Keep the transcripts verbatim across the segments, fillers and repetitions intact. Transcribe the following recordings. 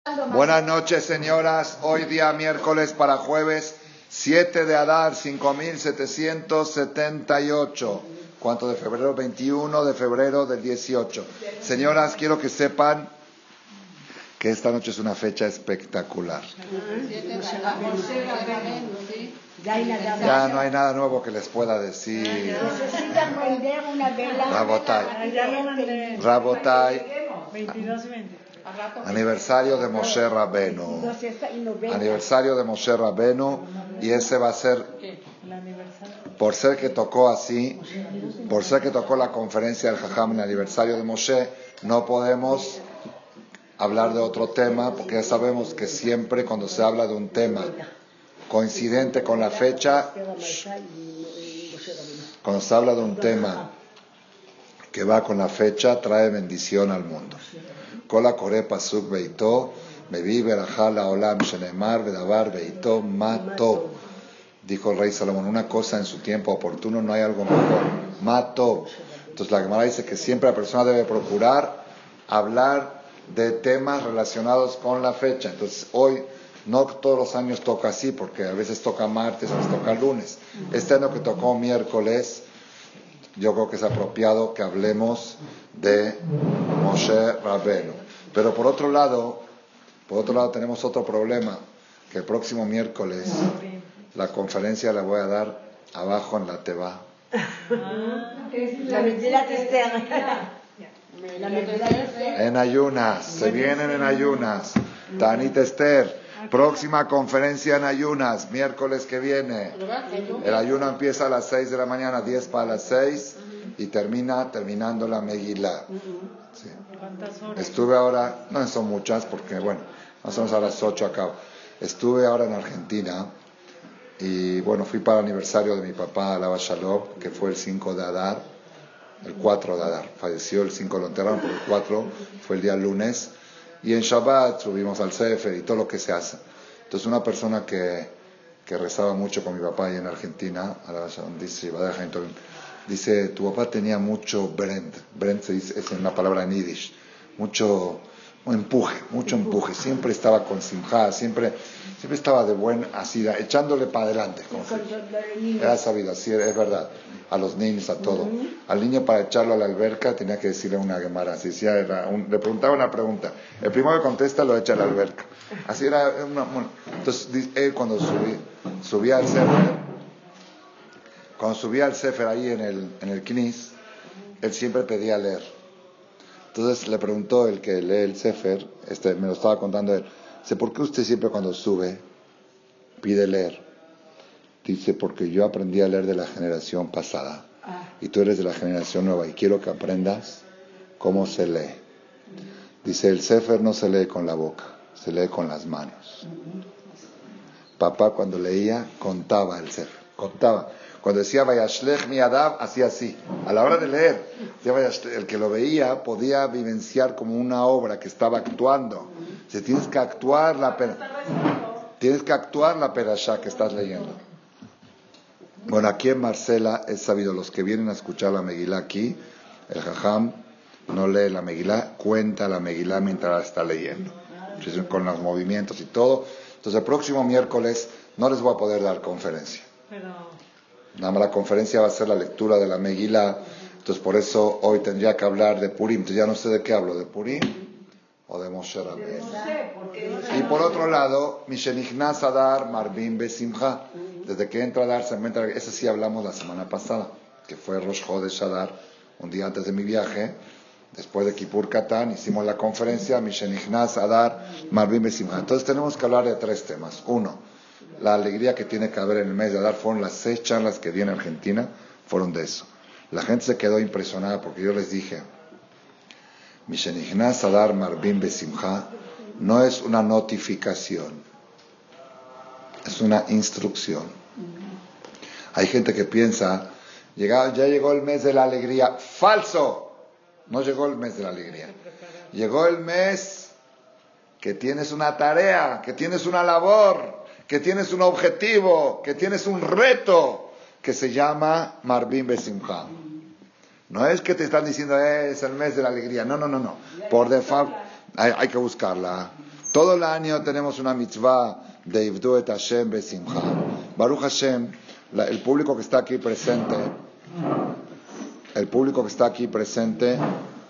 Buenas noches, señoras. Hoy día miércoles para jueves siete de Adar, cinco mil setecientos setenta y ocho. ¿Cuánto de febrero? veintiuno de febrero del dieciocho. Señoras, quiero que sepan que esta noche es una fecha espectacular. Ya no hay nada nuevo que les pueda decir. Necesitan prender una vela. Rabotai. Rabotai. Aniversario de Moshe Rabenu. Aniversario de Moshe Rabenu. Y ese va a ser, por ser que tocó así, por ser que tocó la conferencia del Jajam en el aniversario de Moshe, no podemos hablar de otro tema, porque ya sabemos que siempre cuando se habla de un tema coincidente con la fecha, cuando se habla de un tema que va con la fecha, trae bendición al mundo. Kola kore pasuk beito, mevi berajá laolam shenemar vedavar beito mato. Dijo el rey Salomón, una cosa en su tiempo oportuno, no hay algo mejor. Mato. Entonces la Gemara dice que siempre la persona debe procurar hablar de temas relacionados con la fecha. Entonces hoy no todos los años toca así, porque a veces toca martes, a veces toca lunes. Este año que tocó miércoles, yo creo que es apropiado que hablemos de Moshe Rabenu. Pero por otro lado, por otro lado tenemos otro problema, que el próximo miércoles la conferencia la voy a dar abajo en la Teba. En ayunas, se vienen en ayunas. Tanit Esther, próxima conferencia en ayunas, miércoles que viene. El ayuno empieza a las seis de la mañana, diez para las seis, y termina terminando la Megilá. Sí. Estuve ahora, no son muchas, porque bueno, más o menos a las ocho acabo. Estuve ahora en Argentina, y bueno, fui para el aniversario de mi papá, Alaba Shalom, que fue el cinco de Adar, el cuatro de Adar. Falleció el cinco, lo enterraron, pero el cuatro fue el día lunes. Y en Shabbat subimos al Sefer y todo lo que se hace. Entonces una persona que, que rezaba mucho con mi papá ahí en Argentina, dice, dice, tu papá tenía mucho Brent, Brent se dice, es una palabra en Yiddish, mucho empuje, mucho empuje, siempre estaba con simjá, siempre, siempre estaba de buen, así, echándole para adelante, como se, era sabido, así es verdad, a los niños, a todo. Al niño para echarlo a la alberca tenía que decirle una gemara, así decía, era un, le preguntaba una pregunta, el primero que contesta lo echa a la alberca, así era una, bueno. Entonces él cuando subí, subía al Sefer, cuando subía al Sefer ahí en el, en el Knis, él siempre pedía leer. Entonces le preguntó el que lee el Sefer, este, me lo estaba contando él, dice, ¿por qué usted siempre cuando sube pide leer? Dice, porque yo aprendí a leer de la generación pasada y tú eres de la generación nueva y quiero que aprendas cómo se lee. Dice, el Sefer no se lee con la boca, se lee con las manos. Papá cuando leía contaba el Sefer, contaba. Cuando decía Vayashlech mi Adav, hacía así. A la hora de leer, el que lo veía podía vivenciar como una obra que estaba actuando. Si tienes que actuar la per... tienes que actuar la perashá que estás leyendo. Bueno, aquí en Marcela es sabido, los que vienen a escuchar la Megilá aquí, el Jajam no lee la Megilá, cuenta la Megilá mientras la está leyendo, con los movimientos y todo. Entonces el próximo miércoles no les voy a poder dar conferencia. Pero... nada más la conferencia va a ser la lectura de la Megilá. Entonces por eso hoy tendría que hablar de Purim. Entonces ya no sé de qué hablo, de Purim o de Moshe Rabbeinu. Y por otro lado, Mishenichnas Adar Marbim Besimcha, desde que entra Adar se encuentra, ese sí hablamos la semana pasada, que fue Rosh Chodesh Adar, un día antes de mi viaje, después de Kippur Katán, hicimos la conferencia Mishenichnas Adar Marbim Besimcha. Entonces tenemos que hablar de tres temas. Uno, la alegría que tiene que haber en el mes de Adar. Fueron las seis charlas que di en Argentina, fueron de eso. La gente se quedó impresionada porque yo les dije, Mishenichnas Adar Marbim Besimcha no es una notificación, es una instrucción. Hay gente que piensa, ya llegó el mes de la alegría. ¡Falso! No llegó el mes de la alegría. Llegó el mes que tienes una tarea, que tienes una labor, que tienes un objetivo, que tienes un reto, que se llama Marbim Besimcha. No es que te están diciendo, eh, es el mes de la alegría. No, no, no, no. Por default, hay, hay que buscarla. Todo el año tenemos una mitzvah de Ivdu et Hashem besimcha. Baruch Hashem, la, el público que está aquí presente, el público que está aquí presente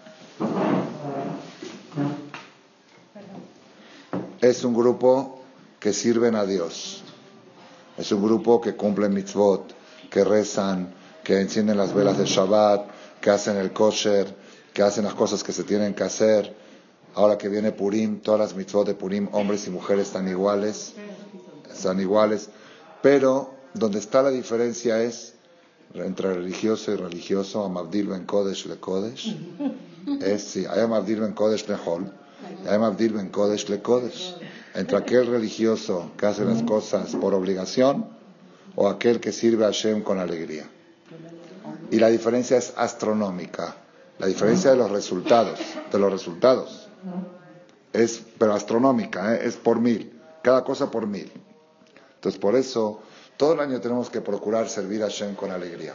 es un grupo que sirven a Dios. Es un grupo que cumple mitzvot, que rezan, que encienden las velas de Shabbat, que hacen el kosher, que hacen las cosas que se tienen que hacer. Ahora que viene Purim, todas las mitzvot de Purim, hombres y mujeres están iguales, están iguales. Pero donde está la diferencia es entre religioso y religioso, Amabdil ben Kodesh le Kodesh. Es, sí, hay Amabdil ben Kodesh le Hol, hay Amabdil ben Kodesh le Kodesh. Entre aquel religioso que hace las cosas por obligación o aquel que sirve a Hashem con alegría. Y la diferencia es astronómica. La diferencia de los resultados, de los resultados, es, pero astronómica, ¿eh? Es por mil, cada cosa por mil. Entonces por eso, todo el año tenemos que procurar servir a Hashem con alegría.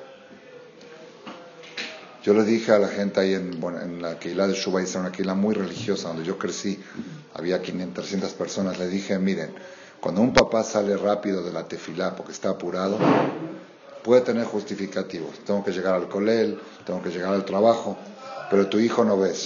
Yo le dije a la gente ahí en, bueno, en la Keilah de Shuba, una Keilah muy religiosa, donde yo crecí, había quinientas, trescientas personas, le dije, miren, cuando un papá sale rápido de la tefilá porque está apurado, puede tener justificativos. Tengo que llegar al colel, tengo que llegar al trabajo, pero tu hijo no ve eso.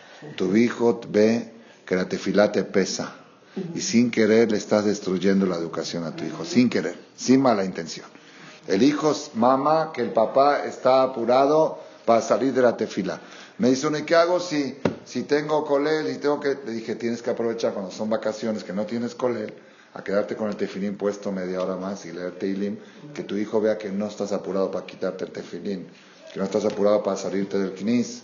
Tu hijo ve que la tefilá te pesa y sin querer le estás destruyendo la educación a tu hijo, sin querer, sin mala intención. El hijo mama que el papá está apurado para salir de la tefilá. Me dice uno, ¿y qué hago si, si tengo colel? Y tengo que... Le dije, tienes que aprovechar cuando son vacaciones que no tienes colel, a quedarte con el tefilín puesto media hora más y leer Teilim, que tu hijo vea que no estás apurado para quitarte el tefilín, que no estás apurado para salirte del knis,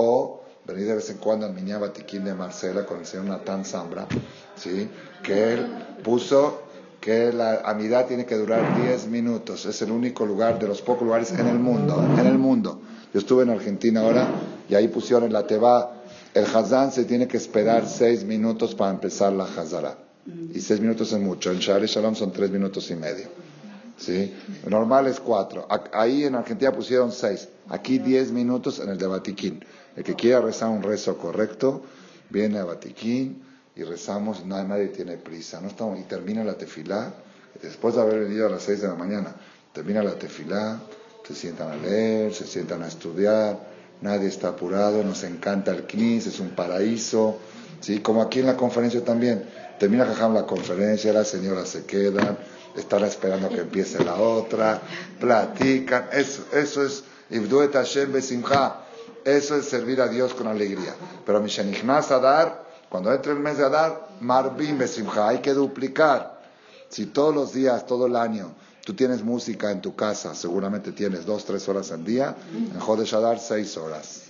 o venir de vez en cuando al Miñá Batiquín de Marcela con el señor Natán Zambra, ¿sí? Que él puso que la amidad tiene que durar diez minutos, es el único lugar, de los pocos lugares en el mundo, en el mundo. Yo estuve en Argentina ahora y ahí pusieron en la Teba, el Hazán se tiene que esperar seis minutos para empezar la Hazara. Y seis minutos es mucho. En Sha'arei Shalom son tres minutos y medio. ¿Sí? Normal es cuatro. Ahí en Argentina pusieron seis. Aquí diez minutos en el de Batiquín. El que quiera rezar un rezo correcto, viene a Batiquín y rezamos. No, nadie tiene prisa. No estamos, y termina la tefilá. Después de haber venido a las seis de la mañana, termina la tefilá. Se sientan a leer, se sientan a estudiar. Nadie está apurado. Nos encanta el knis, es un paraíso. ¿Sí? Como aquí en la conferencia también. Termina Jajam la conferencia, las señoras se quedan, están esperando que empiece la otra, platican. Eso, eso es Ivdu et Hashem besimcha. Eso es servir a Dios con alegría. Pero Mishenichnas Adar, cuando entre el mes de Adar, Marbim besimcha, hay que duplicar. Si todos los días, todo el año, tú tienes música en tu casa, seguramente tienes dos, tres horas al día, en Jodesh Adar, seis horas.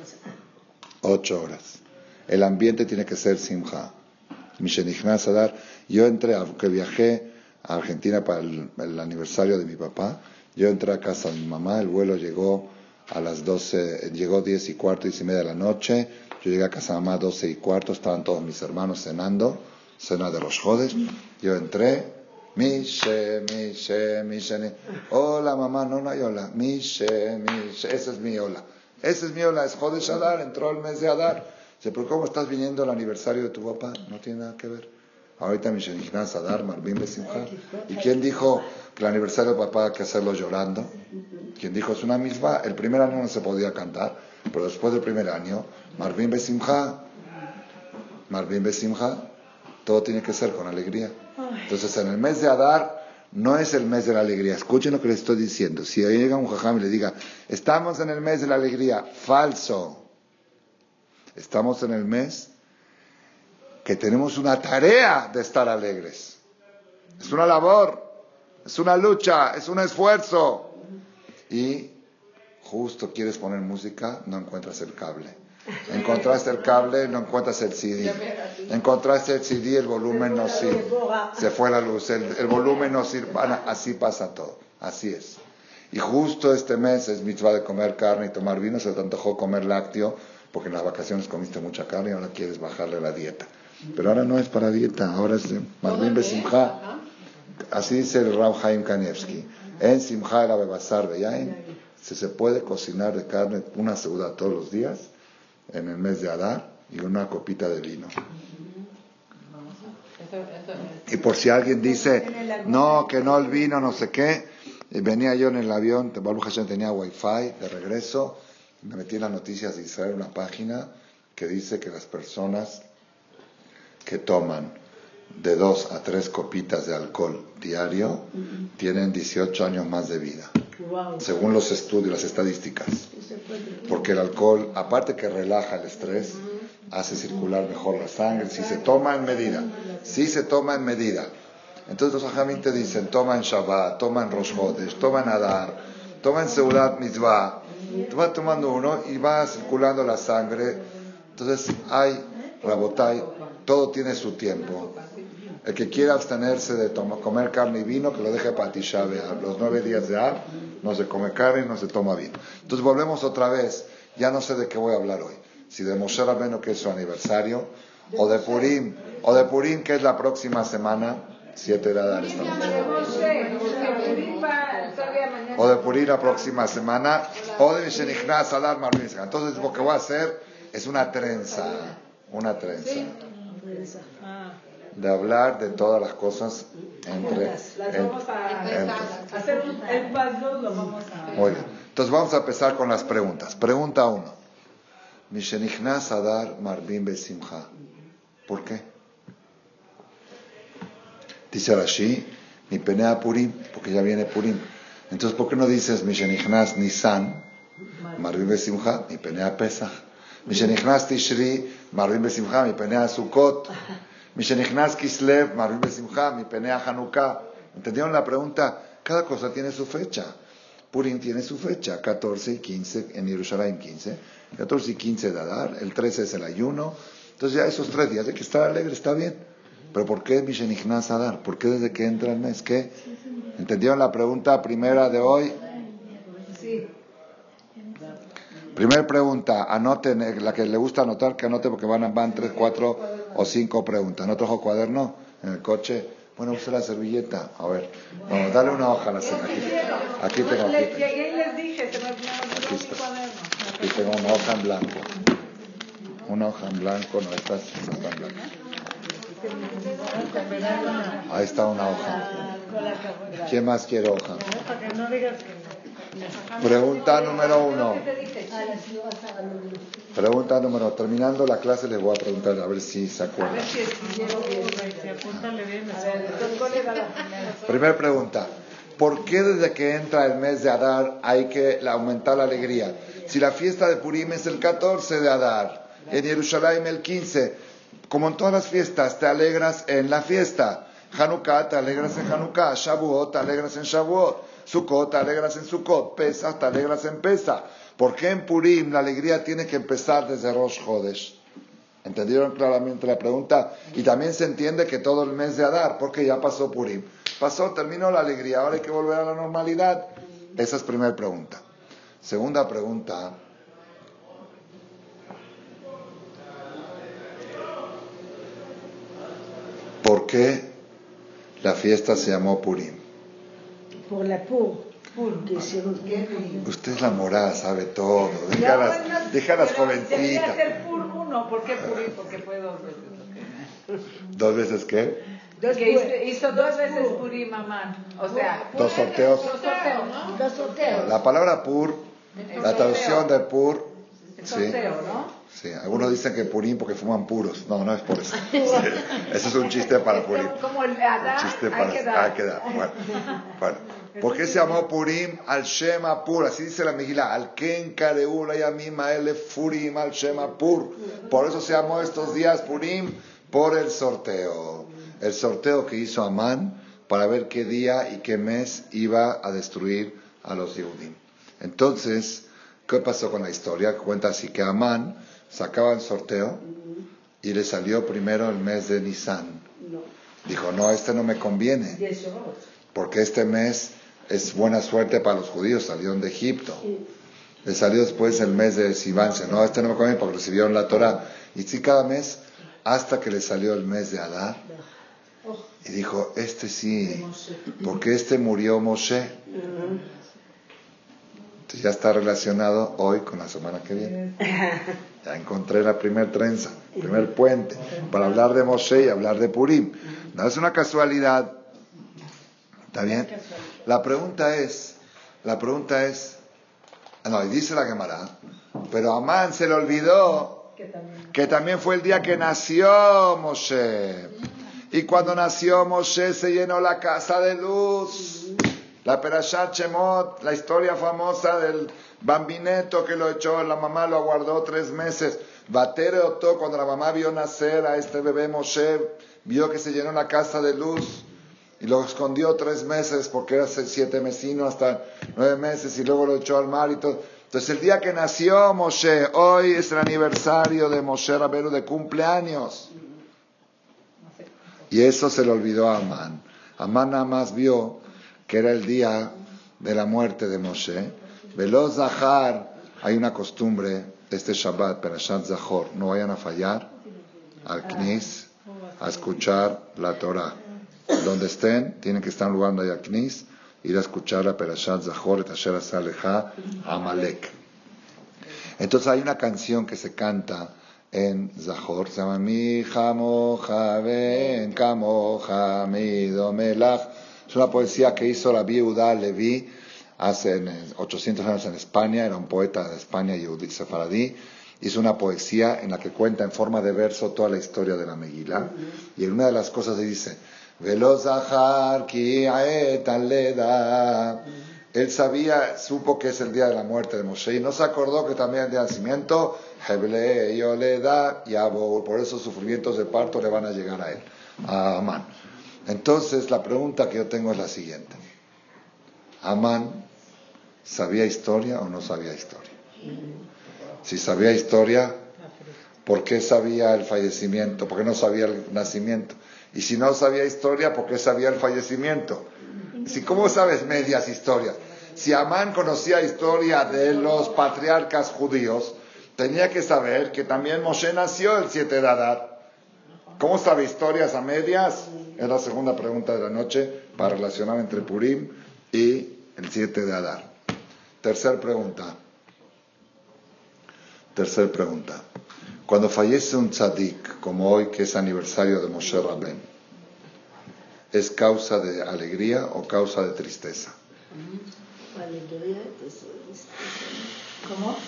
Ocho horas. El ambiente tiene que ser simcha. Mishenichnas Adar. Yo entré, aunque viajé a Argentina para el, el aniversario de mi papá, yo entré a casa de mi mamá, el vuelo llegó a las doce, llegó diez y cuarto, diez y media de la noche, yo llegué a casa de mamá a doce y cuarto, estaban todos mis hermanos cenando, cena de los jodes, yo entré, Mishe, Mishe, Mishe, hola mamá, no, no hay hola, Mishe, Mishe, esa es mi hola, esa es mi hola, es Jodesh Adar, entró el mes de Adar. Dice, ¿pero cómo estás viniendo al aniversario de tu papá? No tiene nada que ver. Ahorita Mishenichnas Adar, Marbim besimcha. ¿Y quién dijo que el aniversario de papá hay que hacerlo llorando? ¿Quién dijo? Es una misma. El primer año no se podía cantar, pero después del primer año, Marbim besimcha. Marbim besimcha. Todo tiene que ser con alegría. Entonces, en el mes de Adar, no es el mes de la alegría. Escuchen lo que les estoy diciendo. Si llega un jajam y le diga, estamos en el mes de la alegría, falso. Estamos en el mes que tenemos una tarea de estar alegres. Es una labor, es una lucha, es un esfuerzo. Y justo quieres poner música, no encuentras el cable. Encontraste el cable, no encuentras el C D. Encontraste el C D, el volumen no sirve. Se fue la luz, el, el volumen no sirve. Así pasa todo, así es. Y justo este mes es mitzvah de comer carne y tomar vino, se te antojó comer lácteo, porque en las vacaciones comiste mucha carne y ahora quieres bajarle la dieta. Pero ahora no es para dieta, ahora es Marbim besimcha. Así dice el Rav Chaim Kanievski. En simcha era bebasar beyain. Si se puede cocinar de carne una seuda todos los días, en el mes de Adar, y una copita de vino. Y por si alguien dice, no, que no el vino, no sé qué, y venía yo en el avión, Baruch Hashem tenía wifi de regreso, me metí en las noticias de Israel, una página que dice que las personas que toman de dos a tres copitas de alcohol diario uh-huh. tienen dieciocho años más de vida, wow. según los estudios, las estadísticas. Porque el alcohol, aparte que relaja el estrés, uh-huh. hace circular mejor la sangre, si se toma en medida, si se toma en medida. Entonces los ajamín te dicen, toma en Shabbat, toma en Rosh Chodesh, toma en Adar, toma en Seudat Mitzvah, tú vas tomando uno y va circulando la sangre. Entonces hay, Rabotai, todo tiene su tiempo. El que quiera abstenerse de tomar, comer carne y vino, que lo deje para Tisha B'Av. Los nueve días de Av no se come carne, no se toma vino. Entonces volvemos otra vez. Ya no sé de qué voy a hablar hoy. Si de Moshe Rabbeinu, que es su aniversario, o de Purim, o de Purim, que es la próxima semana, siete de Adar estamos. O de Purim la próxima semana, o de Mishenichnas Adar Marvin. Entonces lo que voy a hacer es una trenza, una trenza. De hablar de todas las cosas entre, las vamos a, entre. Hacer un, el puzzle lo vamos a... Muy bien. Entonces vamos a empezar con las preguntas. Pregunta uno. Mishenichnas Adar Marvin Besimcha. ¿Por qué? Dice Rashi, mi penea Purim, porque ya viene Purim. Entonces, ¿por qué no dices Mishenichnas Nisan Marvin Besimcha, mi penea Pesach? Mishenichnas Tishri Marvin Besimcha, mi penea Sukkot. Mishenichnas Kislev, Marvin Besimcha, mi penea Hanukkah. ¿Entendieron la pregunta? Cada cosa tiene su fecha. Purim tiene su fecha, catorce y quince, en Jerusalén quince, catorce y quince de Adar, el trece es el ayuno. Entonces ya esos tres días hay que estar alegre, está bien. Pero ¿por qué Mishenichnas Adar? ¿Por qué desde que entra el mes? ¿Qué? ¿Entendieron la pregunta primera de hoy? Sí. Primera pregunta, anoten, la que le gusta anotar, que anote porque van, van tres, cuatro o cinco preguntas. ¿No trajo cuaderno en el coche? Bueno, usa la servilleta. A ver, vamos, dale una hoja a la señora. Aquí, aquí tengo, aquí tengo. Aquí está. Aquí tengo una hoja en blanco. Una hoja en blanco, no, estas no están blancas. Ahí está una hoja. ¿Quién más quiere hoja? Pregunta número uno. Pregunta número uno. Terminando la clase les voy a preguntar a ver si se acuerdan. Primera pregunta. ¿Por qué desde que entra el mes de Adar hay que aumentar la alegría? Si la fiesta de Purim es el catorce de Adar, en Jerusalén el quince, como en todas las fiestas, te alegras en la fiesta. Hanukkah, te alegras en Hanukkah. Shavuot, te alegras en Shavuot. Sukkot, te alegras en Sukkot. Pesach, te alegras en Pesach. ¿Por qué en Purim la alegría tiene que empezar desde Rosh Chodesh? ¿Entendieron claramente la pregunta? Y también se entiende que todo el mes de Adar, porque ya pasó Purim. Pasó, terminó la alegría, ahora hay que volver a la normalidad. Esa es primera pregunta. Segunda pregunta. ¿Por qué la fiesta se llamó Purim? Por la Pur. Pur que se... Usted es la morada, sabe todo. Deja, no, las, no, deja las jovencitas. Debería ser Pur uno. ¿Por qué Purim? Porque fue dos veces. ¿Dos veces qué? Dos que hizo, hizo dos veces Purim, mamá. O sea, dos sorteos. Dos sorteos, ¿no? Dos sorteos. La palabra Pur, la traducción de Pur. El sorteo, sí, ¿no? Sí, algunos dicen que Purim porque fuman puros. No, no es por eso. Sí, eso es un chiste para Purim. Como el Adar, un chiste para, hay que dar. Hay que dar. Bueno, bueno. ¿Por qué se llamó Purim al Shema Pur? Así dice la Megilá. Al Ken Kareu la Yamima Ele Furim al Shema Pur. Por eso se llamó estos días Purim, por el sorteo. El sorteo que hizo Amán para ver qué día y qué mes iba a destruir a los Yehudim. Entonces, ¿qué pasó con la historia? Cuenta así que Amán sacaba el sorteo y le salió primero el mes de Nisan. Dijo, no, este no me conviene, porque este mes es buena suerte para los judíos, salieron de Egipto. Le salió después el mes de Sivan, no, este no me conviene porque recibieron la Torah. Y sí, cada mes, hasta que le salió el mes de Adar, y dijo, este sí, porque este murió Moshe. Ya está relacionado hoy con la semana que viene. Ya encontré la primer trenza, el primer puente, para hablar de Moshe y hablar de Purim. No es una casualidad. ¿Está bien? La pregunta es, la pregunta es, no, y dice la Gemara, pero a Amán se le olvidó que también, que también fue el día que nació Moshe. Y cuando nació Moshe se llenó la casa de luz. La Perashat Shemot, la historia famosa del bambineto que lo echó, la mamá lo aguardó tres meses. Batere Otó, cuando la mamá vio nacer a este bebé Moshe, vio que se llenó la casa de luz y lo escondió tres meses porque era siete mesino hasta nueve meses y luego lo echó al mar y todo. Entonces el día que nació Moshe, hoy es el aniversario de Moshe Rabbeinu de cumpleaños. Y eso se le olvidó a Amán. Amán nada más vio que era el día de la muerte de Moshe. Velo Zahar, hay una costumbre, este Shabbat, Perashat Zachor, no vayan a fallar al Knis a escuchar la Torah. Donde estén, tienen que estar en lugar donde haya Knis, ir a escuchar la Perashat Zachor, et Asher Asa Lecha Amalek. Entonces hay una canción que se canta en Zachor, se llama Mi Jamoja Ben Kamoja Mido Melach. Es una poesía que hizo la Yehuda Levi hace ochocientos años en España, era un poeta de España, Yehudí sefaradí. Hizo una poesía en la que cuenta en forma de verso toda la historia de la Megilá. Y en una de las cosas dice, Velo Zahar ki aet aleda. Él sabía, supo que es el día de la muerte de Moshe y no se acordó que también el día de nacimiento, Heble Yoleda Yabo, por esos sufrimientos de parto le van a llegar a él, a Amán. Entonces la pregunta que yo tengo es la siguiente: ¿Amán sabía historia o no sabía historia? Si sabía historia, ¿por qué sabía el fallecimiento? ¿Por qué no sabía el nacimiento? Y si no sabía historia, ¿por qué sabía el fallecimiento? Si, ¿cómo sabes medias historias? Si Amán conocía historia de los patriarcas judíos, tenía que saber que también Moshe nació el siete de Adar. ¿Cómo sabe historias a medias? Es la segunda pregunta de la noche para relacionar entre Purim y el siete de Adar. Tercer pregunta. Tercer pregunta. Cuando fallece un tzadik, como hoy que es aniversario de Moshe Rabbeinu, ¿es causa de alegría o causa de tristeza? ¿Cómo?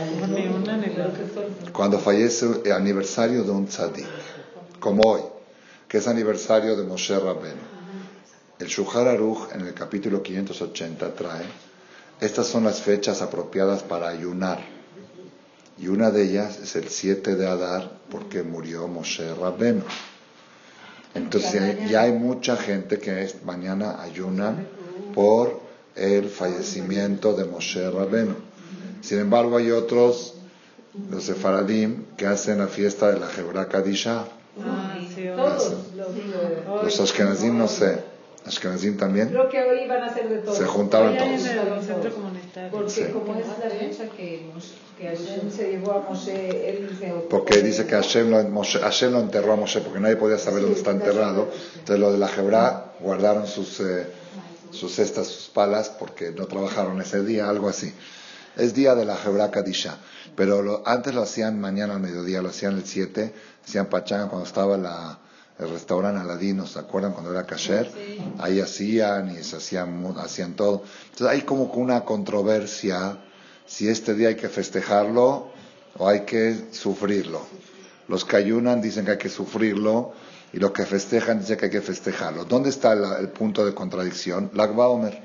Cuando fallece el aniversario de un tzadik, como hoy, que es aniversario de Moshe Rabbeinu, el Shulchan Aruch en el capítulo quinientos ochenta trae, estas son las fechas apropiadas para ayunar, y una de ellas es el siete de Adar, porque murió Moshe Rabbeinu. Entonces ya, ya hay mucha gente que es, mañana ayunan por el fallecimiento de Moshe Rabbeinu. Sin embargo hay otros, los sefaradim, que hacen la fiesta de la Hebrá Kadisha. Ah, sí, todos los, los ashkenazim no sé. Ashkenazim también. Creo que hoy van a hacer de todo. Se juntaban todos. En el centro comunitario. Porque sí, como es la fecha que, que Hashem se llevó a Moshe, él se porque dice que Hashem lo, Moshe, Hashem lo enterró a Moshe, porque nadie podía saber sí, dónde está enterrado. Entonces los de la Hebrá guardaron sus, eh, sus cestas, sus palas, porque no trabajaron ese día, algo así. Es día de la Hebrá Kadisha. Pero lo, antes lo hacían mañana al mediodía, lo hacían el siete, hacían pachanga cuando estaba la... el restaurante Aladino, ¿se acuerdan? Cuando era kasher, sí. Ahí hacían y se hacían, hacían todo. Entonces hay como una controversia si este día hay que festejarlo o hay que sufrirlo. Los que ayunan dicen que hay que sufrirlo y los que festejan dicen que hay que festejarlo. ¿Dónde está el, el punto de contradicción? Lag BaOmer.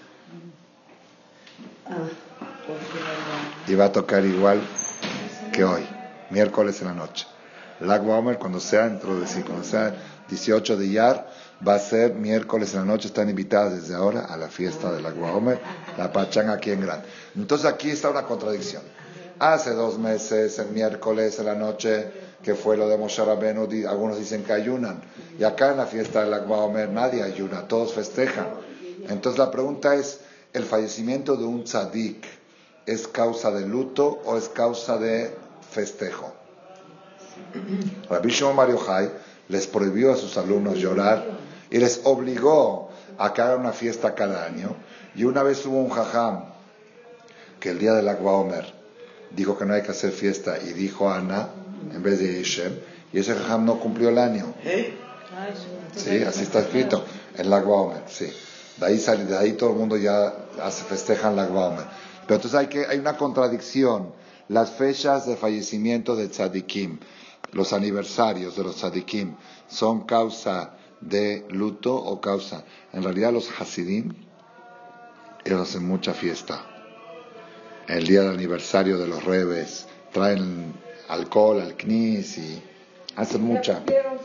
Y va a tocar igual que hoy, miércoles en la noche. Lag BaOmer, cuando sea dentro de sí, cuando sea dieciocho de Iyar, va a ser miércoles en la noche. Están invitadas desde ahora a la fiesta de Lag BaOmer, la pachanga aquí en Gran. Entonces aquí está una contradicción. Hace dos meses, el miércoles en la noche, que fue lo de Moshe Rabbeinu, algunos dicen que ayunan. Y acá en la fiesta de Lag BaOmer nadie ayuna, todos festejan. Entonces la pregunta es, ¿el fallecimiento de un tzadik es causa de luto o es causa de festejo? Rabbi Shimon Bar Yochai les prohibió a sus alumnos llorar y les obligó a que hagan una fiesta cada año. Y una vez hubo un jajam que el día del Lag BaOmer dijo que no hay que hacer fiesta y dijo Ana en vez de Yeshem, y ese jajam no cumplió el año. Sí, así está escrito en Lag Ba'omer, sí. De ahí sale, de ahí todo el mundo ya hace, festejan Lag Ba'omer. Pero entonces hay que, hay una contradicción. Las fechas de fallecimiento de tzadikim, los aniversarios de los tzadikim, ¿son causa de luto o causa? En realidad los hasidim, ellos hacen mucha fiesta. El día del aniversario de los rebes, traen alcohol al knis y hacen mucha.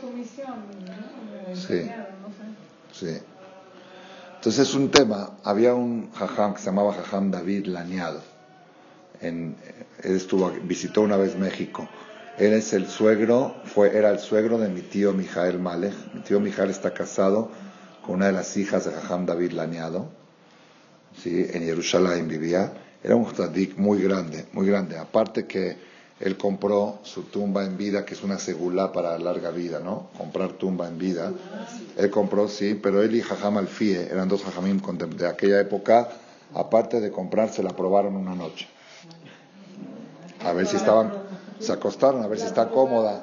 Sí, sí. Entonces es un tema. Había un jajam que se llamaba Jajam David Laniado. En, él estuvo, visitó una vez México. Él es el suegro, fue, era el suegro de mi tío Mijael Malech. Mi tío Mijael está casado con una de las hijas de Jajam David Laniado. Sí, en Jerusalén vivía. Era un tzadik muy grande, muy grande. Aparte que él compró su tumba en vida, que es una segulá para larga vida, ¿no? Comprar tumba en vida. Él compró, sí, pero él y Jajam Alfie, eran dos jajamim de aquella época, aparte de comprar, se la probaron una noche. A ver si estaban, se acostaron, a ver si está cómoda.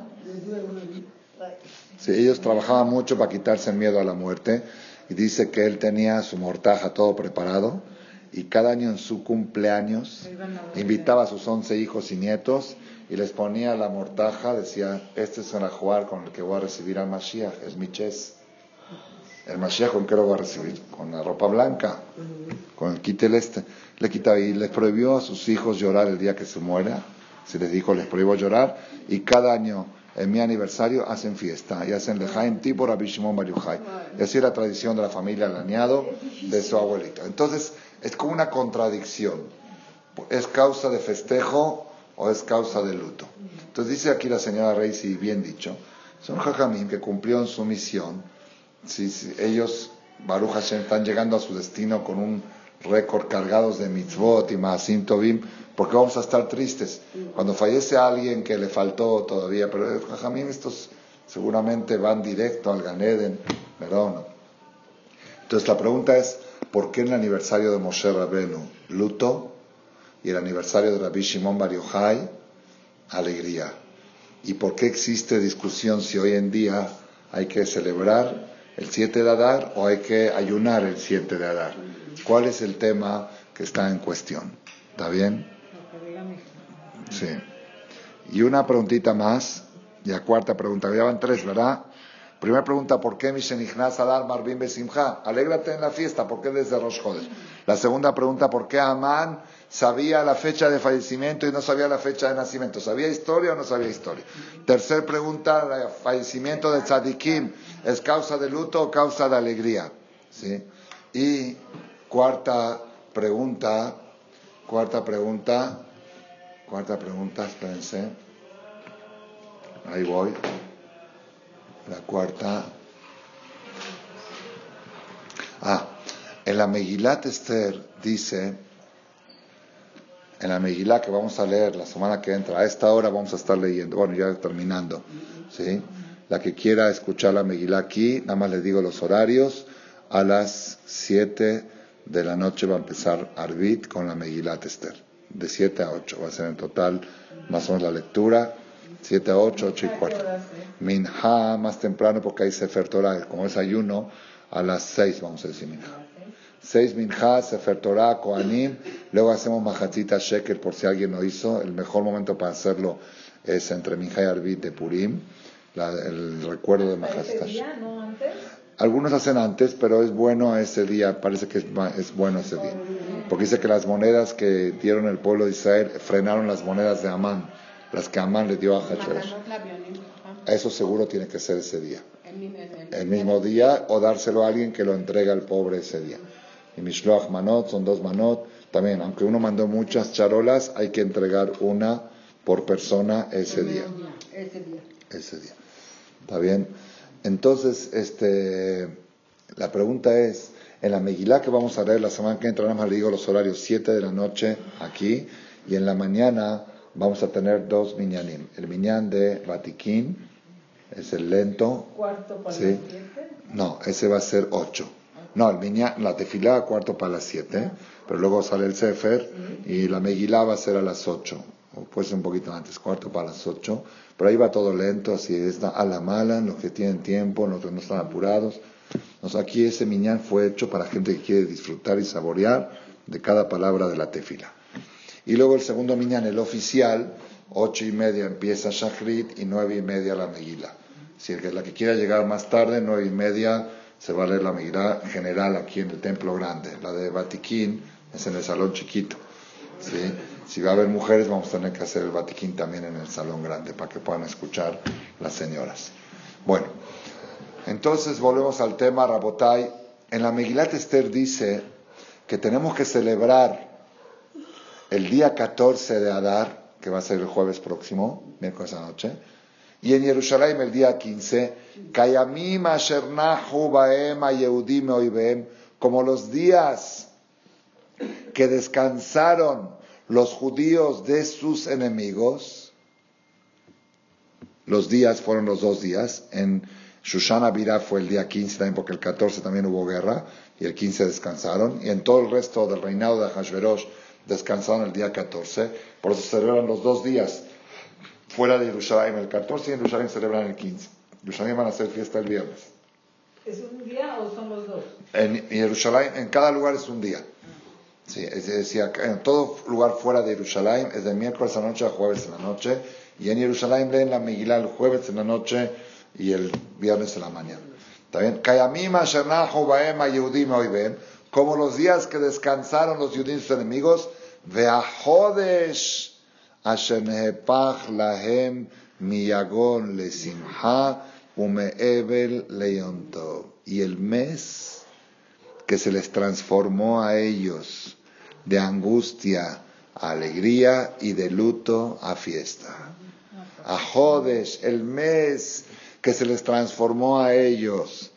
Sí, ellos trabajaban mucho para quitarse el miedo a la muerte, y dice que él tenía su mortaja todo preparado, y cada año en su cumpleaños invitaba a sus once hijos y nietos y les ponía la mortaja, decía, este es un ajuar con el que voy a recibir al Mashiach, es mi ches. El Mashiach, ¿con qué lo voy a recibir? Con la ropa blanca, con el kitel este. Le quitaba y les prohibió a sus hijos llorar el día que se muera. Se les dijo, les prohíbo llorar, y cada año en mi aniversario hacen fiesta y hacen lejaim tipo Rabbi Shimon Bar Yochai. Y así era la tradición de la familia Laniado, de su abuelito. Entonces es como una contradicción. ¿Es causa de festejo o es causa de luto? Entonces dice aquí la señora Reis, y bien dicho, son jajamim que cumplieron su misión. Si, si ellos, Baruch Hashem, están llegando a su destino con un récord cargados de mitzvot y maasim tovim, ¿por qué vamos a estar tristes? Cuando fallece alguien que le faltó todavía, pero jajamim estos seguramente van directo al Gan Eden, ¿verdad? No. Entonces la pregunta es, ¿por qué en el aniversario de Moshe Rabenu luto y el aniversario de Rabbi Shimon Bar Yochai alegría? ¿Y por qué existe discusión si hoy en día hay que celebrar el siete de Adar o hay que ayunar el siete de Adar? ¿Cuál es el tema que está en cuestión? ¿Está bien? Sí. Y una preguntita más, y la cuarta pregunta, ya van tres, ¿verdad? Primera pregunta, ¿por qué Mishenichnas Adar Marbim Besimcha? Alégrate en la fiesta, ¿por qué desde Rosh Chodesh? La segunda pregunta, ¿por qué Amán sabía la fecha de fallecimiento y no sabía la fecha de nacimiento? ¿Sabía historia o no sabía historia? Tercera pregunta, ¿el fallecimiento de Tzadikim es causa de luto o causa de alegría? ¿Sí? Y cuarta pregunta, cuarta pregunta, cuarta pregunta, espérense, ahí voy. La cuarta. Ah, en la Megilat Esther dice, en la Megilá que vamos a leer la semana que entra, a esta hora vamos a estar leyendo, bueno, ya terminando, ¿sí? La que quiera escuchar la Megilá aquí, nada más les digo los horarios, a las siete de la noche va a empezar Arbit con la Megilat Esther, de siete a ocho, va a ser en total más o menos la lectura, siete a ocho, ocho y cuarto. Minha más temprano porque hay Sefer Torah, como es ayuno, a las seis vamos a decir Minha. seis Minha, Sefer Torah, Kohanim, luego hacemos Mahatzita Sheker por si alguien lo hizo. El mejor momento para hacerlo es entre Minha y Arbit de Purim, la, el recuerdo de Mahatzita Sheker. ¿No antes? Algunos hacen antes, pero es bueno ese día, parece que es, es bueno ese día. Porque dice que las monedas que dieron el pueblo de Israel frenaron las monedas de Amán, las que Amán le dio a Hachverosh. Eso seguro tiene que ser ese día. El mismo día, o dárselo a alguien que lo entrega al pobre ese día. Y Mishloach Manot, son dos Manot. También, aunque uno mandó muchas charolas, hay que entregar una por persona ese día. Ese día. Ese día. ¿Está bien? Entonces, este, la pregunta es, en la Megilá que vamos a leer la semana que entra, nada más le digo los horarios, siete de la noche aquí, y en la mañana vamos a tener dos minyanim. El minyan de Vatiquín, es el lento. ¿Cuarto para ¿sí? las siete? No, ese va a ser ocho. No, el minyan, la tefilá cuarto para las siete, pero luego sale el sefer y la Megilá va a ser a las ocho. o puede ser un poquito antes, cuarto para las ocho, pero ahí va todo lento, así está a la mala, los que tienen tiempo, los que no están apurados. Entonces aquí ese minyan fue hecho para gente que quiere disfrutar y saborear de cada palabra de la tefila. Y luego el segundo minyan, el oficial, ocho y media empieza Shachrit y nueve y media la Megilá. Si el que la que quiera llegar más tarde, nueve y media se va a leer la Megilá general aquí en el templo grande. La de Vatiquín es en el salón chiquito. ¿Sí? Si va a haber mujeres, vamos a tener que hacer el Vatiquín también en el salón grande para que puedan escuchar las señoras. Bueno, entonces volvemos al tema, Rabotai. En la Megilat Esther dice que tenemos que celebrar el día catorce de Adar, que va a ser el jueves próximo, miércoles a noche, y en Jerusalén el día quince, Kayamim asher nahu baem hayehudim meoibem, como los días que descansaron los judíos de sus enemigos. Los días fueron los dos días. En Shushan Abirá fue el día quince también, porque el catorce también hubo guerra, y el quince descansaron. Y en todo el resto del reinado de Ahashverosh descansaron el día catorce. Por eso celebran los dos días fuera de Jerusalén, el catorce, y en Jerusalén celebran el quince. En Jerusalén van a hacer fiesta el viernes. ¿Es un día o son los dos? En Jerusalén, en cada lugar es un día. Sí, es decir, en todo lugar fuera de Jerusalén es de miércoles a la noche a jueves en la noche, y en Jerusalén leen la Megilá el jueves en la noche y el viernes en la mañana. ¿Está bien? Kayamim asher nahu baem hayehudim meoibem, como los días que descansaron los judíos sus enemigos, ve'achodesh asher nehepach lahem miyagon lesimha ume'evel leyom tov, y el mes que se les transformó a ellos de angustia a alegría y de luto a fiesta. A Jodesh, el mes que se les transformó a ellos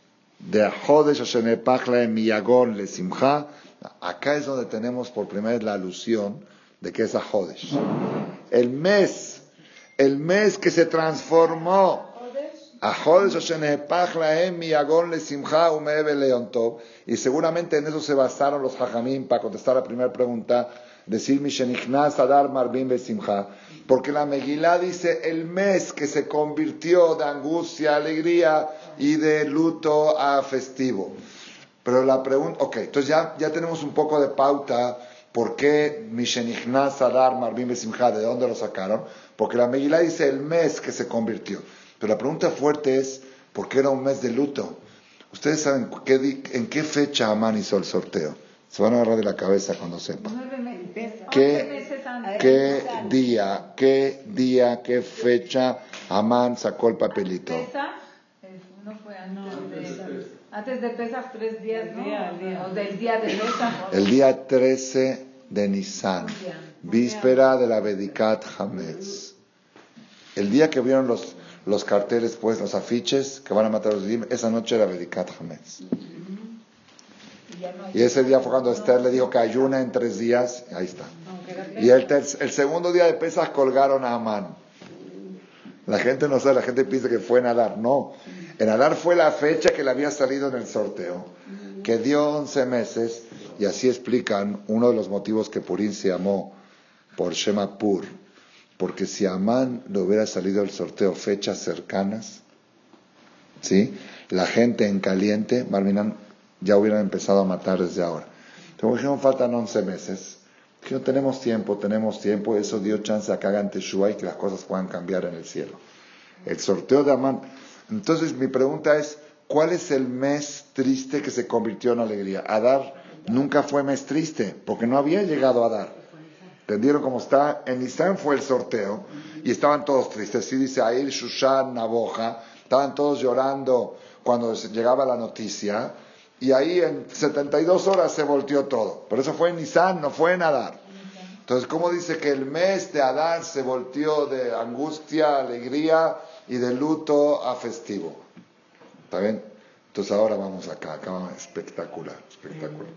de Jodesh Asher nepach lahem miyagón lesimcha. Acá es donde tenemos por primera vez la alusión de que es a Jodesh. El mes, el mes que se transformó a Jodesh Asher nepach lahem miyagón lesimcha ume'evel leyom tov. Y seguramente en eso se basaron los Jajamim para contestar la primera pregunta, decir Mishenichnas Adar Marbim Besimcha, porque la Megilá dice el mes que se convirtió de angustia a alegría y de luto a festivo. Pero la pregunta, ok, entonces ya, ya tenemos un poco de pauta por qué Mishenichnas Adar Marbim Besimcha, de dónde lo sacaron, porque la Megilá dice el mes que se convirtió. Pero la pregunta fuerte es, ¿por qué era un mes de luto? Ustedes saben qué, en qué fecha Amán hizo el sorteo. Se van a agarrar de la cabeza cuando sepan. ¿Qué, qué día, qué día, qué fecha Amán sacó el papelito? No fue antes de Pesach, tres días, ¿no? O del día de Pesach. El día trece de Nisan, víspera de la Bedikat Hametz. El día que vieron los los carteles, pues, los afiches que van a matar a los judíos, esa noche era Bedikat Hametz. Y ese día fue cuando Esther le dijo que ayuna en tres días, ahí está. Y el, ter- el segundo día de Pesach colgaron a Amán. La gente no sabe, la gente piensa que fue en Adar. No, en Adar fue la fecha que le había salido en el sorteo, que dio once meses, y así explican uno de los motivos que Purim se llamó por Shema Pur. Porque si a Amán le hubiera salido el sorteo fechas cercanas, ¿sí? La gente en caliente, Barminan, ya hubieran empezado a matar desde ahora. Entonces dijeron, faltan once meses. Dijeron, tenemos tiempo, tenemos tiempo. Eso dio chance a que hagan Teshuvah y que las cosas puedan cambiar en el cielo. El sorteo de Amán. Entonces mi pregunta es, ¿cuál es el mes triste que se convirtió en alegría? Adar nunca fue mes triste, porque no había llegado a Adar. ¿Entendieron cómo está? En Nisan fue el sorteo y estaban todos tristes. Sí dice Air, Shushan, Naboja. Estaban todos llorando cuando llegaba la noticia. Y ahí en setenta y dos horas se volteó todo. Pero eso fue en Nisan, no fue en Adar. Entonces, ¿cómo dice que el mes de Adar se volteó de angustia, alegría y de luto a festivo? ¿Está bien? Entonces ahora vamos acá. Acá vamos, espectacular, espectacular.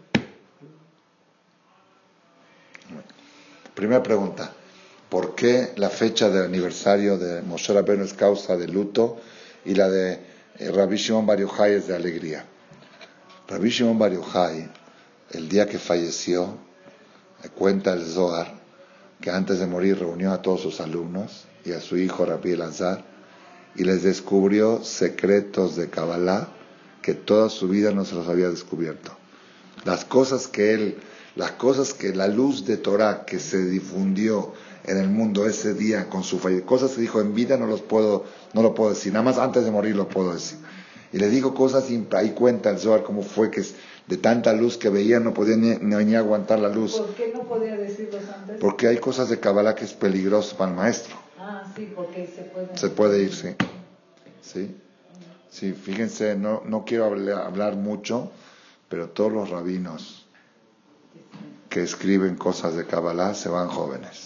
Primera pregunta, ¿por qué la fecha del aniversario de Moshe Rabbeinu es causa de luto y la de eh, Rabbi Shimon Bar Yochai es de alegría? Rabbi Shimon Bar Yochai, el día que falleció, cuenta el Zohar, que antes de morir reunió a todos sus alumnos y a su hijo Rabbi Elazar y les descubrió secretos de Kabbalah que toda su vida no se los había descubierto. Las cosas que él, las cosas que la luz de Torah que se difundió en el mundo ese día con su fallecimiento, cosas que dijo en vida no los puedo, no lo puedo decir, nada más antes de morir lo puedo decir. Y le digo cosas y ahí cuenta el Zohar cómo fue que de tanta luz que veía no podía ni, ni, ni aguantar la luz. ¿Por qué no podía decirlos antes? Porque hay cosas de Kabbalah que es peligroso para el maestro. Ah, sí, porque se puede. Se puede ir, sí. Sí, sí, fíjense, no, no quiero hablar, hablar mucho, pero todos los rabinos que escriben cosas de Kabbalah se van jóvenes.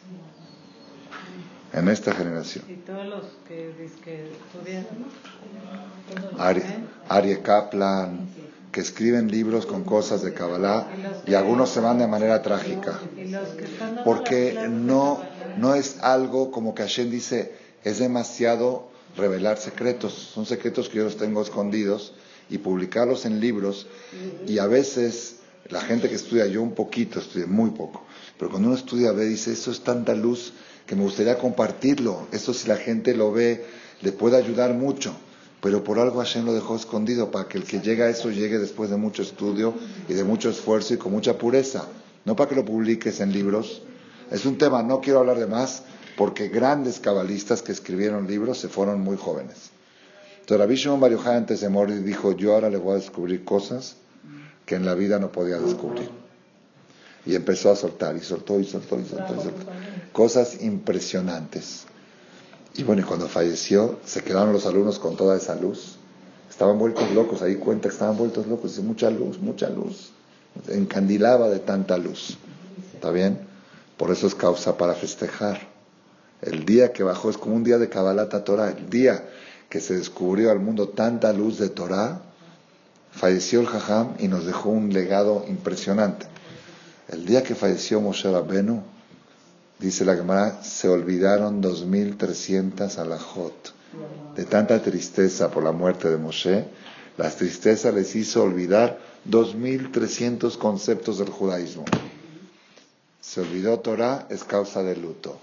En esta generación. Y todos los que, que estudian. Ari, Arie Kaplan, que escriben libros con cosas de Kabbalah, y algunos se van de manera trágica. Porque no, no es algo como que Hashem dice, es demasiado revelar secretos. Son secretos que yo los tengo escondidos y publicarlos en libros. Y a veces la gente que estudia, yo un poquito, estudié muy poco, pero cuando uno estudia ve, dice, eso es tanta luz que me gustaría compartirlo. Esto si la gente lo ve, le puede ayudar mucho. Pero por algo Hashem lo dejó escondido, para que el que llega a eso llegue después de mucho estudio y de mucho esfuerzo y con mucha pureza. No para que lo publiques en libros. Es un tema, no quiero hablar de más, porque grandes cabalistas que escribieron libros se fueron muy jóvenes. Entonces Rabbi Shimon Bar Yochai antes de morir dijo, yo ahora le voy a descubrir cosas que en la vida no podía descubrir. Y empezó a soltar, y soltó, y soltó, y soltó, y soltó. Cosas impresionantes. Y bueno, y cuando falleció, se quedaron los alumnos con toda esa luz. Estaban vueltos locos, ahí cuenta que estaban vueltos locos. Dice, mucha luz, mucha luz. Encandilaba de tanta luz. ¿Está bien? Por eso es causa para festejar. El día que bajó es como un día de Kabbalat Torah. El día que se descubrió al mundo tanta luz de Torah, falleció el Jajam y nos dejó un legado impresionante. El día que falleció Moshe Rabbeinu, dice la Gemara, se olvidaron dos mil trescientas alajot. De tanta tristeza por la muerte de Moshe, la tristeza les hizo olvidar dos mil trescientos conceptos del judaísmo. Se olvidó Torah, es causa de luto.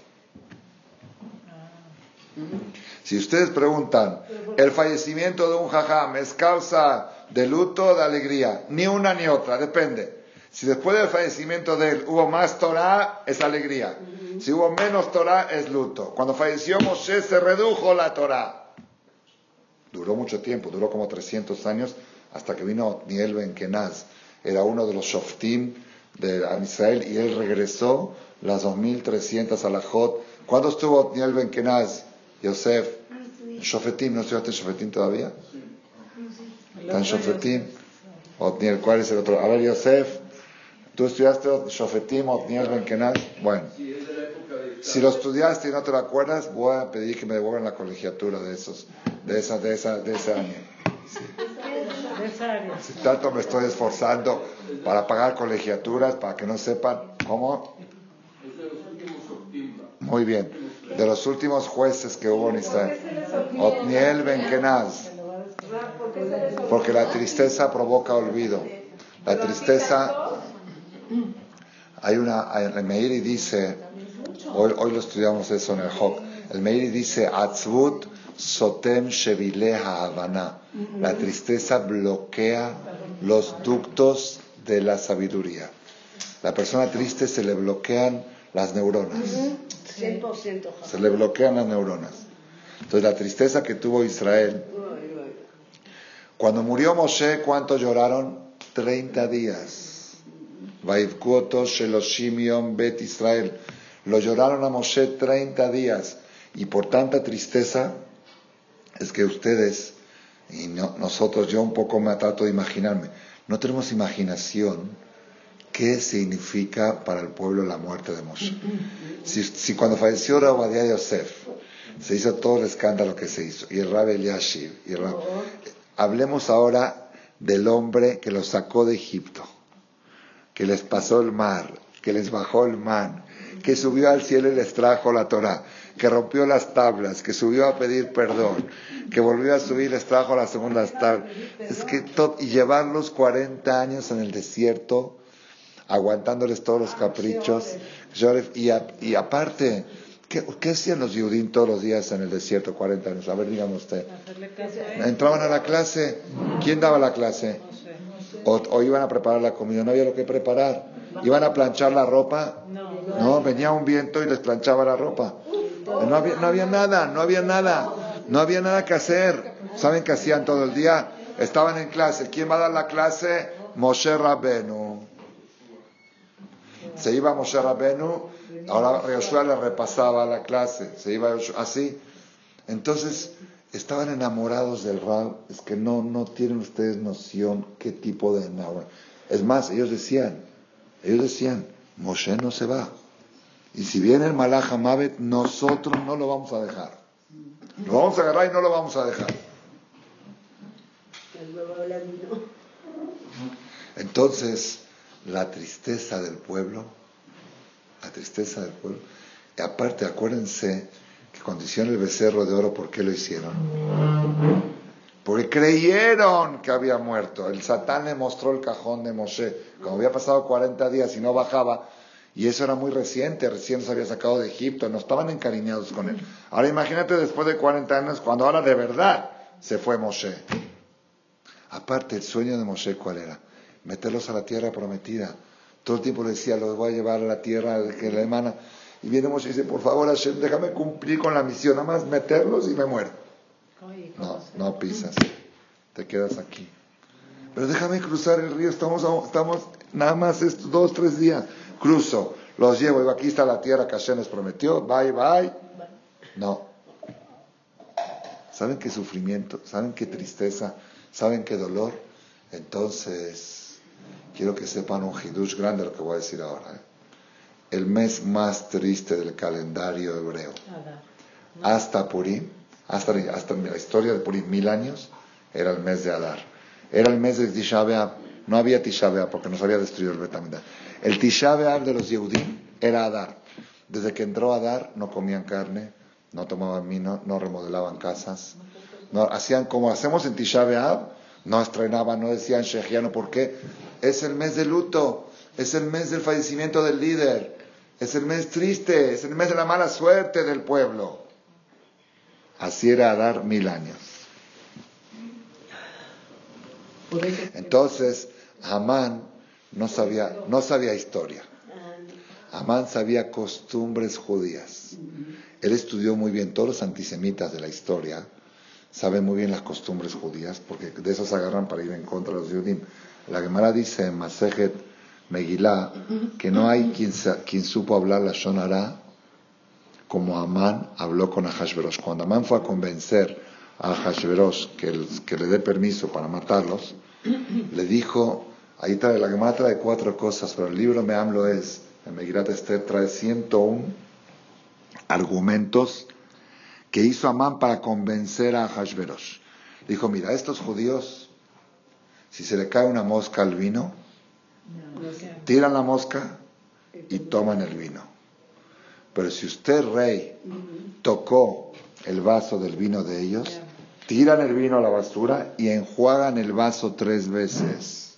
Si ustedes preguntan, ¿el fallecimiento de un jajam es causa de luto o de alegría? Ni una ni otra, depende. Si después del fallecimiento de él hubo más Torah, es alegría. Si hubo menos Torah, es luto. Cuando falleció Moshe, se redujo la Torah. Duró mucho tiempo, duró como trescientos años, hasta que vino Otniel Ben Kenaz. Era uno de los Shoftim de Israel, y él regresó las dos mil trescientas alajot. ¿Cuándo estuvo Otniel Ben Kenaz? Yosef. Shofetim, ¿no estudiaste Shofetim todavía? ¿Está en Shofetim? Otniel, ¿cuál es el otro? A ver, Yosef. ¿Tú estudiaste Shofetim, Otniel Ben Kenaz? Bueno, si lo estudiaste y no te lo acuerdas, voy a pedir que me devuelvan la colegiatura de esos, de esa, de esa, de ese año. Sí. Si tanto me estoy esforzando para pagar colegiaturas, para que no sepan cómo. Muy bien. De los últimos jueces que hubo en Israel, Otniel Ben Kenaz, porque la tristeza provoca olvido. La tristeza. Hay una, el Meiri dice, hoy, hoy lo estudiamos eso en el Hok, el Meiri dice, Atzvut sotem shevileha havana. La tristeza bloquea los ductos de la sabiduría. La persona triste se le bloquean las neuronas. cien por ciento. Se le bloquean las neuronas. Entonces la tristeza que tuvo Israel, cuando murió Moshe, ¿cuánto lloraron? treinta días. Vaivkuoto Sheloshim Yom Bet Israel. Lo lloraron a Moshe treinta días. Y por tanta tristeza, es que ustedes, y no, nosotros, yo un poco me trato de imaginarme, no tenemos imaginación qué significa para el pueblo la muerte de Moshe. Si, si cuando falleció Rabbi Ovadia Yosef, se hizo todo el escándalo que se hizo, y el Rabbi Eliashib, y el Rabbi, hablemos ahora del hombre que los sacó de Egipto, que les pasó el mar, que les bajó el man, que subió al cielo y les trajo la Torah, que rompió las tablas, que subió a pedir perdón, que volvió a subir y les trajo las segundas tablas. Es que todo, y llevarlos cuarenta años en el desierto, aguantándoles todos los caprichos. Y, a, y aparte, ¿qué, ¿qué hacían los Yehudim todos los días en el desierto, cuarenta años? A ver, dígame usted. Entraban a la clase. ¿Quién daba la clase? O, o iban a preparar la comida, no había lo que preparar. ¿Iban a planchar la ropa? No, venía un viento y les planchaba la ropa. No había, no había nada, no había nada. No había nada que hacer. ¿Saben qué hacían todo el día? Estaban en clase. ¿Quién va a dar la clase? Moshe Rabenu. Se iba Moshe Rabenu, ahora Yoshua le repasaba la clase. Se iba así. Entonces, estaban enamorados del Rab. Es que no, no tienen ustedes noción qué tipo de enamoramiento. Es más, ellos decían, ellos decían, Moshe no se va. Y si viene el Malach Hamavet, nosotros no lo vamos a dejar. Lo vamos a agarrar y no lo vamos a dejar. Entonces, la tristeza del pueblo, la tristeza del pueblo, y aparte, acuérdense que cuando hicieron el becerro de oro, ¿por qué lo hicieron? Porque creyeron que había muerto. El Satán le mostró el cajón de Moshe, como había pasado cuarenta días y no bajaba, y eso era muy reciente, recién se había sacado de Egipto, no estaban encariñados con él. Ahora imagínate después de cuarenta años, cuando ahora de verdad se fue Moshe. Aparte, el sueño de Moshe, ¿cuál era? Meterlos a la tierra prometida. Todo el tiempo le decía, los voy a llevar a la tierra que le emana. Y viene Moshe y dice, por favor Hashem, déjame cumplir con la misión, nada más meterlos y me muero. No, no pisas, te quedas aquí. Pero déjame cruzar el río, estamos, estamos nada más estos dos, tres días. Cruzo, los llevo, y aquí está la tierra que Hashem les prometió, bye, bye. No. ¿Saben qué sufrimiento? ¿Saben qué tristeza? ¿Saben qué dolor? Entonces, quiero que sepan un hidush grande lo que voy a decir ahora. ¿eh? El mes más triste del calendario hebreo, hasta Purim, hasta, hasta la historia de Purim, mil años, era el mes de Adar. Era el mes de Tisha B'Av. No había Tisha B'Av porque nos había destruido el Bet Hamikdash. El Tisha B'Av de los Yehudim era Adar. Desde que entró Adar, no comían carne, no tomaban vino, no remodelaban casas. No, hacían como hacemos en Tisha B'Av, no estrenaban, no decían Shechiano. ¿Por qué? Es el mes de luto, es el mes del fallecimiento del líder, es el mes triste, es el mes de la mala suerte del pueblo. Así era Adar mil años. Entonces, Amán no sabía, no sabía historia. Amán sabía costumbres judías. Él estudió muy bien todos los antisemitas de la historia. Sabe muy bien las costumbres judías, porque de eso se agarran para ir en contra de los judíos. La Gemara dice en Masejet Megilá que no hay quien, quien supo hablar la Shon Hara como Amán habló con Ahashverosh. Cuando Amán fue a convencer a Ahashverosh que, el, que le dé permiso para matarlos, le dijo, ahí trae, la Gemara trae cuatro cosas, pero el libro Me'am lo es, en Megilat Esther trae ciento uno argumentos que hizo Amán para convencer a Ahashverosh. Dijo, mira, estos judíos, si se le cae una mosca al vino, tiran la mosca y toman el vino. Pero si usted, rey, tocó el vaso del vino de ellos, tiran el vino a la basura y enjuagan el vaso tres veces.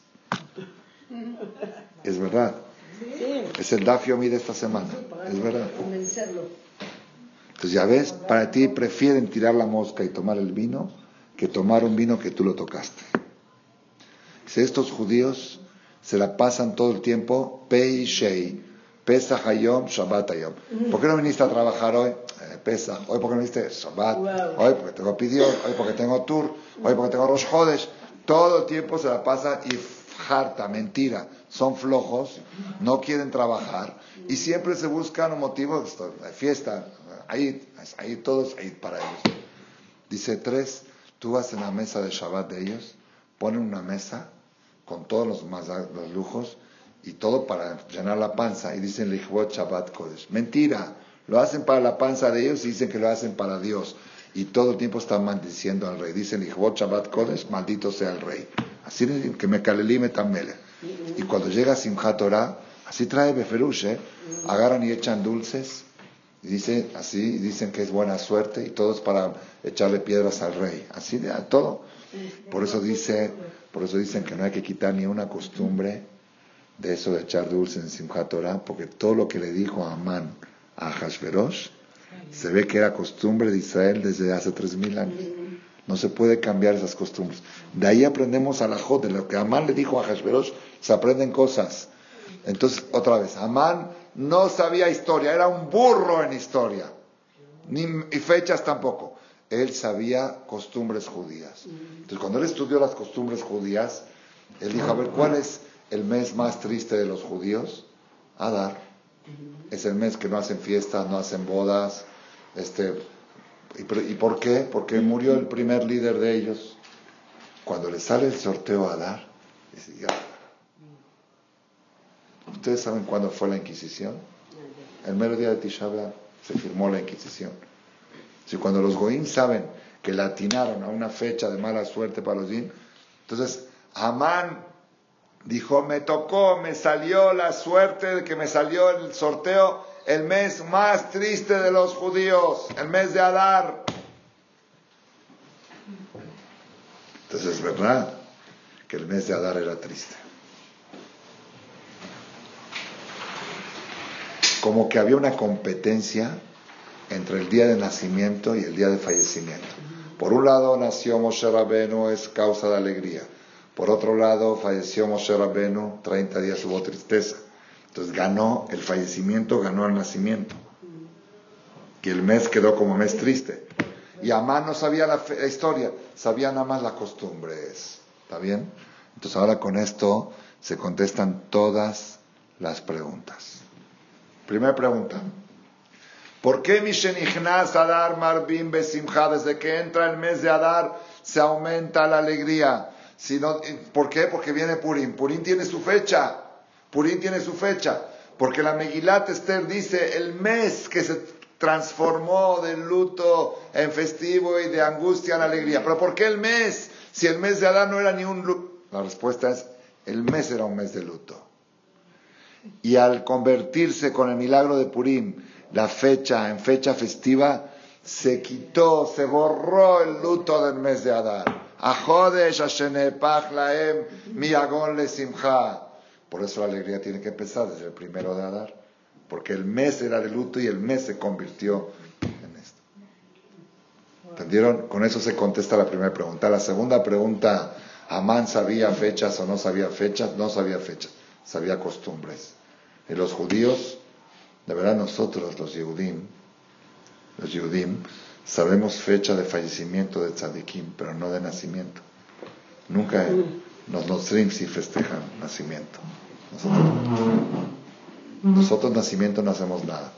Es verdad. Es el Daf Yomi de esta semana. Es verdad. Entonces ya ves, para ti prefieren tirar la mosca y tomar el vino que tomar un vino que tú lo tocaste. Si estos judíos se la pasan todo el tiempo Pei Shei, Pesach Hayom, Shabbat Hayom. ¿Por qué no viniste a trabajar hoy? Eh, Pesach. Hoy porque no viniste Shabbat. Hoy porque tengo Pidión. Hoy porque tengo Tur. Hoy porque tengo Rosh Chodesh. Todo el tiempo se la pasan y harta, mentira. Son flojos, no quieren trabajar y siempre se buscan un motivo de fiesta. Ahí, ahí todos, ahí para ellos. Dice tres, tú vas en la mesa de Shabbat de ellos, ponen una mesa con todos los, más, los lujos y todo para llenar la panza y dicen Lichvot Shabbat Kodesh. Mentira, lo hacen para la panza de ellos y dicen que lo hacen para Dios. Y todo el tiempo están maldiciendo al rey. Dicen Lichvot Shabbat Kodesh, maldito sea el rey. Así que me calelime tamele. Y cuando llega Simchat Torah, así trae Beferush, ¿eh? Agarran y echan dulces. Y dice, así dicen que es buena suerte y todo es para echarle piedras al rey. Así de todo. Por eso dice, por eso dicen que no hay que quitar ni una costumbre de eso de echar dulce en Simchat Torah, porque todo lo que le dijo a Amán a Ahashverosh se ve que era costumbre de Israel desde hace tres mil años. No se puede cambiar esas costumbres. De ahí aprendemos a la Jod, de lo que Amán le dijo a Ahashverosh, se aprenden cosas. Entonces, otra vez, Amán no sabía historia, era un burro en historia, ni y fechas tampoco. Él sabía costumbres judías. Entonces, cuando él estudió las costumbres judías, él dijo, a ver, ¿cuál es el mes más triste de los judíos? Adar. Es el mes que no hacen fiestas, no hacen bodas. Este, ¿y, ¿Y por qué? Porque murió el primer líder de ellos. Cuando le sale el sorteo a Adar, dice, ya. ¿Ustedes saben cuándo fue la Inquisición? El mero día de Tisha B'Av se firmó la Inquisición. Si cuando los goín saben que le atinaron a una fecha de mala suerte para los goín, entonces Amán dijo, me tocó, me salió la suerte de que me salió el sorteo el mes más triste de los judíos, el mes de Adar. Entonces es verdad que el mes de Adar era triste. Como que había una competencia entre el día de nacimiento y el día de fallecimiento. Por un lado nació Moshe Rabenu, es causa de alegría. Por otro lado falleció Moshe Rabenu, treinta días hubo tristeza. Entonces ganó el fallecimiento, ganó el nacimiento. Y el mes quedó como mes triste. Y Amán no sabía la, fe, la historia, sabía nada más las costumbres. ¿Está bien? Entonces ahora con esto se contestan todas las preguntas. Primera pregunta. ¿Por qué Mishenichnas Adar Marbim Besimcha? Desde que entra el mes de Adar se aumenta la alegría. Si no, ¿por qué? Porque viene Purim. Purim tiene su fecha. Purim tiene su fecha. Porque la Megilat Esther dice el mes que se transformó del luto en festivo y de angustia en alegría. ¿Pero por qué el mes? Si el mes de Adar no era ni un luto. La respuesta es, el mes era un mes de luto. Y al convertirse con el milagro de Purim, la fecha en fecha festiva, se quitó, se borró el luto del mes de Adar. Ajodesh Hashenepach Laem Miagon Le Simcha. Por eso la alegría tiene que empezar desde el primero de Adar, porque el mes era de luto y el mes se convirtió en esto. ¿Entendieron? Con eso se contesta la primera pregunta. La segunda pregunta, ¿Amán sabía fechas o no sabía fechas? No sabía fechas, sabía costumbres. Y los judíos, de verdad nosotros los Yehudim, los Yehudim, sabemos fecha de fallecimiento de tzadikim, pero no de nacimiento. Nunca los Nozrim sí festejan nacimiento. Nosotros, nosotros nacimiento no hacemos nada.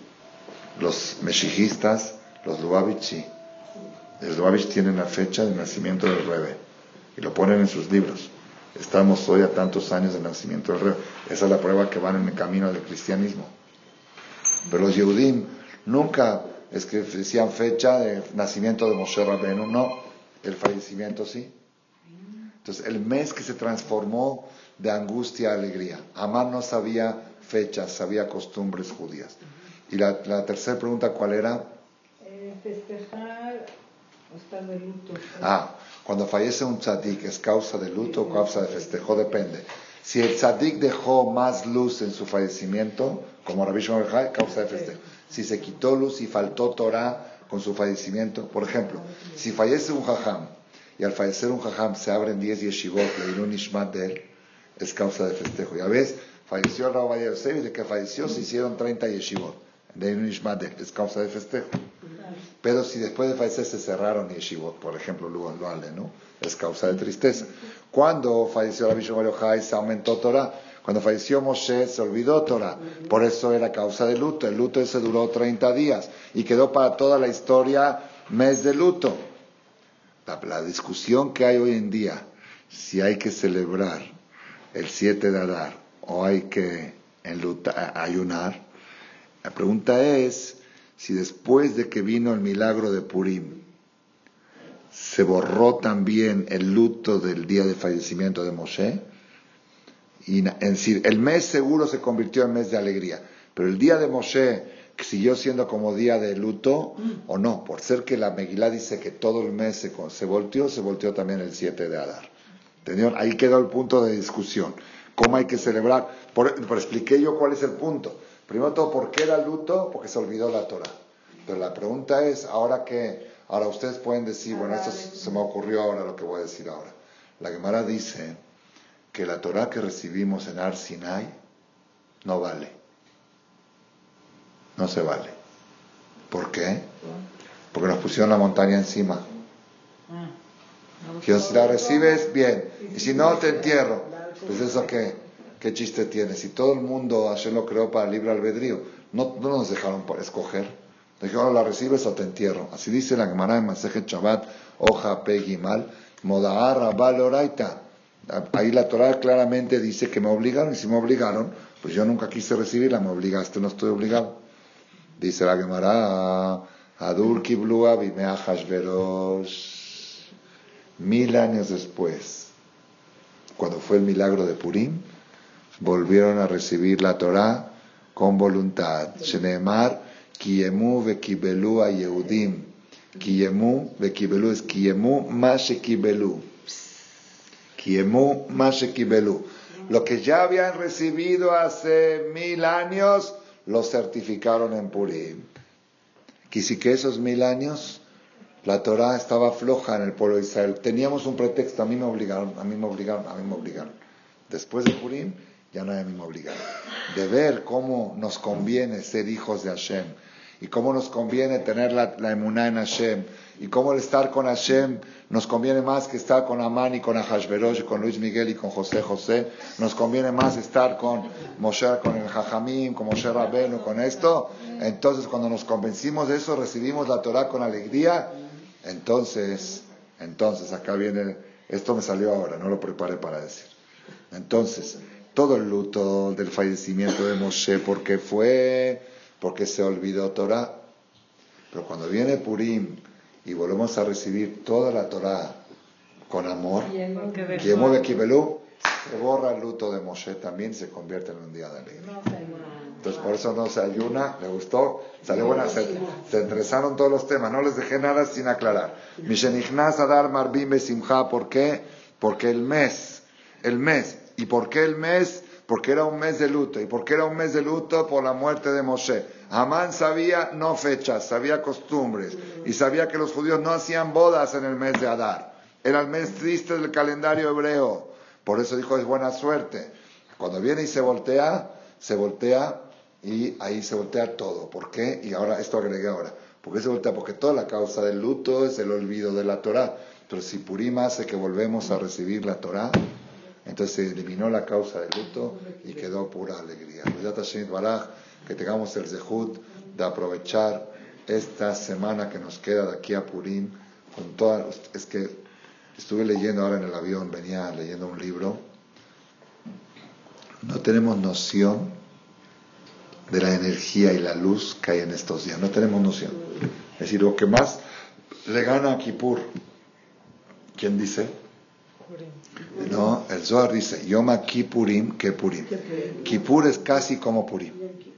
Los meshijistas, los Lubavitch sí. Los Lubavitch tienen la fecha de nacimiento del Rebbe y lo ponen en sus libros. Estamos hoy a tantos años del nacimiento del Rebbe. Esa es la prueba que van en el camino del cristianismo. Pero los Yehudim nunca es que decían fecha de nacimiento de Moshe Rabenu, no, el fallecimiento sí. Entonces el mes que se transformó de angustia a alegría. Amán no sabía fechas, sabía costumbres judías. Y la, la tercera pregunta, ¿cuál era? Eh, festejar o estar de luto. Ah, cuando fallece un tzadik, ¿es causa de luto o causa de festejo? Depende. Si el tzadik dejó más luz en su fallecimiento, como Rabbi Shimon Bar Yochai, causa de festejo. Si se quitó luz y faltó Torah con su fallecimiento, por ejemplo, si fallece un jajam y al fallecer un jajam se abren diez yeshivot, le dirán nishmat de él, es causa de festejo. Ya ves, falleció el Rabbi Ovadia Yosef y de que falleció se hicieron treinta yeshivot, de nishmat de él, es causa de festejo. Pero si después de fallecer se cerraron yeshivot, por ejemplo, lo, lo ale, ¿no? Es causa de tristeza. Cuando falleció Rabbi Shimon Bar Yochai se aumentó Torah. Cuando falleció Moshe se olvidó Torah. Por eso era causa de luto. El luto ese duró treinta días y quedó para toda la historia mes de luto. La, la discusión que hay hoy en día, si hay que celebrar el siete de Adar o hay que enlutar, ayunar, la pregunta es si después de que vino el milagro de Purim se borró también el luto del día de fallecimiento de Moshe. Y es decir, el mes seguro se convirtió en mes de alegría, pero el día de Moshe siguió siendo como día de luto o no, por ser que la Megilá dice que todo el mes se, se volteó, se volteó también el siete de Adar. ¿Entendieron? Ahí quedó el punto de discusión. cómo hay que celebrar. Por, pero expliqué yo cuál es el punto. Primero todo, ¿por qué era luto? Porque se olvidó la Torah. Pero la pregunta es, ahora que, ahora ustedes pueden decir, bueno, esto se me ocurrió ahora lo que voy a decir ahora. La Gemara dice que la Torah que recibimos en Ar Sinai no vale. No se vale. ¿Por qué? Porque nos pusieron la montaña encima. Que si la recibes, bien. Y si no, te entierro. Pues eso qué, qué chiste tiene. Si todo el mundo Hashem lo creó para libre albedrío, no, no nos dejaron por escoger. Dijeron, la recibes o te entierro. Así dice la Gemara en Masejet Shabbat, hoja Pegimal, Moda'ar Rabal Oraita. Ahí la Torah claramente dice que me obligaron, y si me obligaron, pues yo nunca quise recibirla, me obligaste, no estoy obligado. Dice la Gemara, Adur Kiblu Abimea Hashverosh. Mil años después, cuando fue el milagro de Purim, volvieron a recibir la Torah con voluntad. Sheneemar, Kiyemu vekibelu a Yehudim. Kiyemu vekibelu es Kiyemu mashekibelu. Kiyemu mashekibelu. Lo que ya habían recibido hace mil años, lo certificaron en Purim. Quisi que esos mil años, la Torah estaba floja en el pueblo de Israel. Teníamos un pretexto, a mí me obligaron, a mí me obligaron, a mí me obligaron. Después de Purim, ya no a mí me obligaron. De ver cómo nos conviene ser hijos de Hashem, y cómo nos conviene tener la, la emuná en Hashem, y cómo el estar con Hashem nos conviene más que estar con Amán y con Ahashverosh y con Luis Miguel y con José José. Nos conviene más estar con Moshe, con el Jajamim, con Moshe Rabbeinu, con esto. Entonces, cuando nos convencimos de eso, recibimos la Torah con alegría. Entonces, entonces acá viene, esto me salió ahora, no lo preparé para decir. Entonces, todo el luto del fallecimiento de Moshe, ¿por qué fue? Porque se olvidó Torah. Pero cuando viene Purim y volvemos a recibir toda la Torah con amor, que mueve Kibelú, se borra el luto de Moshe también y se convierte en un día de alegría. Entonces por eso no se ayuna, le gustó, salió buena, se, se interesaron todos los temas, no les dejé nada sin aclarar. Mishenichnas Adar Marbim Besimcha, ¿por qué? Porque el mes, el mes, ¿y por qué el mes? Porque era un mes de luto. ¿Y por qué era un mes de luto? Por la muerte de Moshe. Amán sabía no fechas, sabía costumbres, y sabía que los judíos no hacían bodas en el mes de Adar. Era el mes triste del calendario hebreo. Por eso dijo, es buena suerte. Cuando viene y se voltea, se voltea y ahí se voltea todo. ¿Por qué? Y ahora, esto agregué ahora. ¿Por qué se voltea? Porque toda la causa del luto es el olvido de la Torah. Pero si Purim hace que volvemos a recibir la Torah, entonces se eliminó la causa del luto y quedó pura alegría. Que tengamos el zehut de aprovechar esta semana que nos queda de aquí a Purim con todas. Es que estuve leyendo ahora en el avión, venía leyendo un libro. No tenemos noción de la energía y la luz que hay en estos días. No tenemos noción. Es decir, lo que más le gana a Kippur, ¿quién dice? No, el Zohar dice, Yoma Kippurim, que Purim. Kippur es casi como Purim.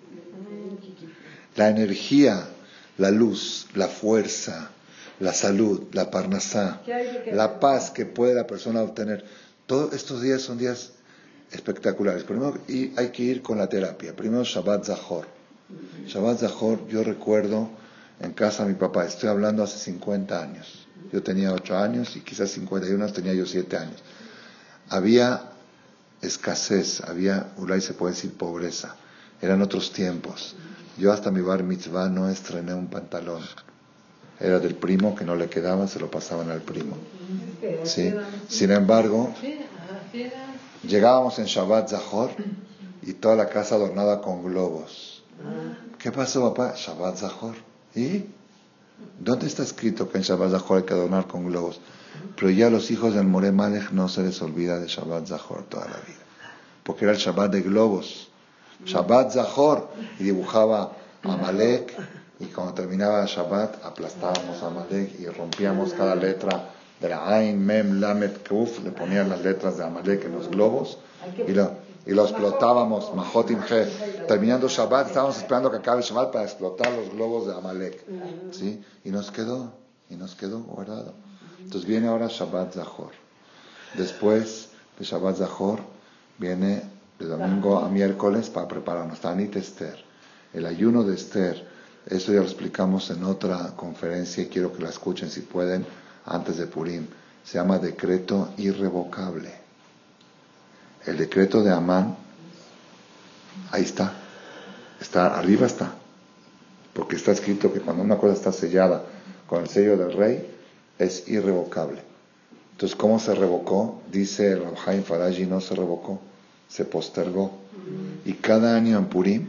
La energía, la luz, la fuerza, la salud, la parnasá, la paz que puede la persona obtener. Todos estos días son días espectaculares. Primero y hay que ir con la terapia. Primero Shabbat Zahor. Shabbat Zahor, yo recuerdo en casa de mi papá, estoy hablando hace cincuenta años. Yo tenía ocho años y quizás cincuenta y uno tenía yo siete años. Había escasez, había, Ulay se puede decir pobreza. Eran otros tiempos. Yo hasta mi bar mitzvah no estrené un pantalón. Era del primo que no le quedaba, se lo pasaban al primo. ¿Sí? Sin embargo, llegábamos en Shabbat Zahor y toda la casa adornada con globos. ¿Qué pasó, papá? Shabbat Zahor. ¿Y? ¿Dónde está escrito que en Shabbat Zahor hay que adornar con globos? Pero ya los hijos del Moré Malech no se les olvida de Shabbat Zahor toda la vida. Porque era el Shabbat de globos. Shabbat Zahor. Y dibujaba a Amalek. Y cuando terminaba el Shabbat, aplastábamos a Amalek y rompíamos cada letra de la Ain, Mem, Lamet, Kuf. Le ponían las letras de Amalek en los globos. Y lo, y lo explotábamos. Mahotim He. Terminando Shabbat, estábamos esperando que acabe Shabbat para explotar los globos de Amalek. ¿Sí? Y nos quedó. Y nos quedó guardado. Entonces viene ahora Shabbat Zahor. Después de Shabbat Zahor Viene de domingo a miércoles para prepararnos. Tanit Esther. El ayuno de Esther, eso ya lo explicamos en otra conferencia y quiero que la escuchen si pueden antes de Purim. Se llama decreto irrevocable. El decreto de Amán, ahí está. Está, arriba está. Porque está escrito que cuando una cosa está sellada con el sello del rey, es irrevocable. Entonces, ¿cómo se revocó? Dice el Rav Chaim Faraji, no se revocó, se postergó. Y cada año en Purim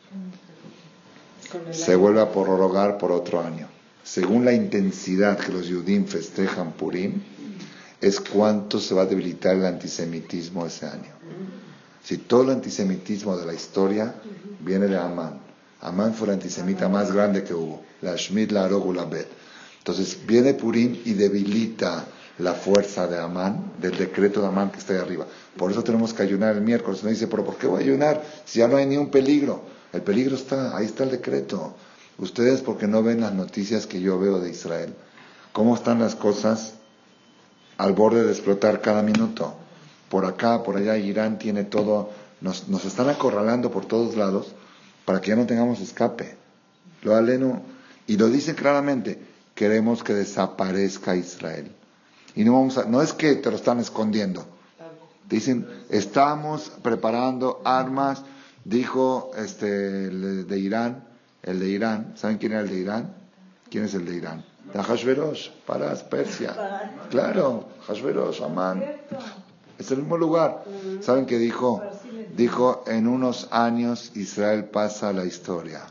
se vuelve a prorrogar por otro año. Según la intensidad que los Yudim festejan Purim, es cuánto se va a debilitar el antisemitismo ese año. Si todo el antisemitismo de la historia viene de Amán. Amán fue el antisemita más grande que hubo. La Shmid, la Arog, la Bet. Entonces viene Purim y debilita la fuerza de Amán, del decreto de Amán que está ahí arriba. Por eso tenemos que ayunar el miércoles. Uno dice, pero ¿por qué voy a ayunar si ya no hay ni un peligro? El peligro está, ahí está el decreto. Ustedes porque no ven las noticias que yo veo de Israel. ¿Cómo están las cosas al borde de explotar cada minuto? Por acá, por allá, Irán tiene todo, nos, nos están acorralando por todos lados para que ya no tengamos escape. Lo aleno, y lo dicen claramente, queremos que desaparezca Israel. Y no vamos a, no es que te lo están escondiendo. Dicen, estamos preparando armas, dijo este el de Irán, el de Irán, ¿saben quién era el de Irán? ¿Quién es el de Irán? De Hashverosh, Parás, Persia. Claro, Hashverosh, Amán. Es el mismo lugar. ¿Saben qué dijo? Dijo, en unos años Israel pasa a la historia.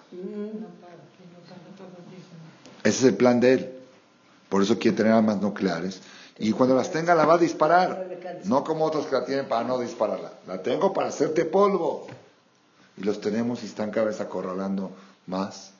Ese es el plan de él. Por eso quiere tener armas nucleares. Y cuando las tenga la va a disparar. No como otros que la tienen para no dispararla. La tengo para hacerte polvo. Y los tenemos y están cada vez acorralando más.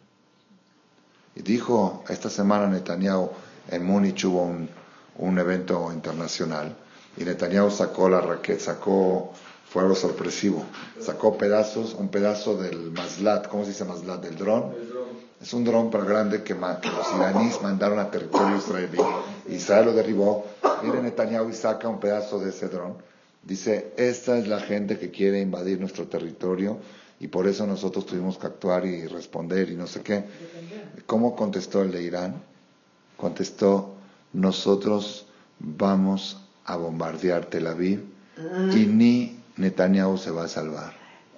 Y dijo, esta semana Netanyahu, en Múnich hubo un, un evento internacional. Y Netanyahu sacó la raqueta, sacó, fue algo sorpresivo. Sacó pedazos, un pedazo del Maslat, ¿cómo se dice Maslat? Del dron. Es un dron para grande que, que los iraníes mandaron a territorio israelí. Israel lo derribó. Viene Netanyahu y saca un pedazo de ese dron. Dice, esta es la gente que quiere invadir nuestro territorio y por eso nosotros tuvimos que actuar y responder y no sé qué. ¿Cómo contestó el de Irán? Contestó, nosotros vamos a bombardear Tel Aviv y ni Netanyahu se va a salvar.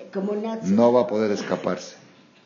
No va a poder escaparse.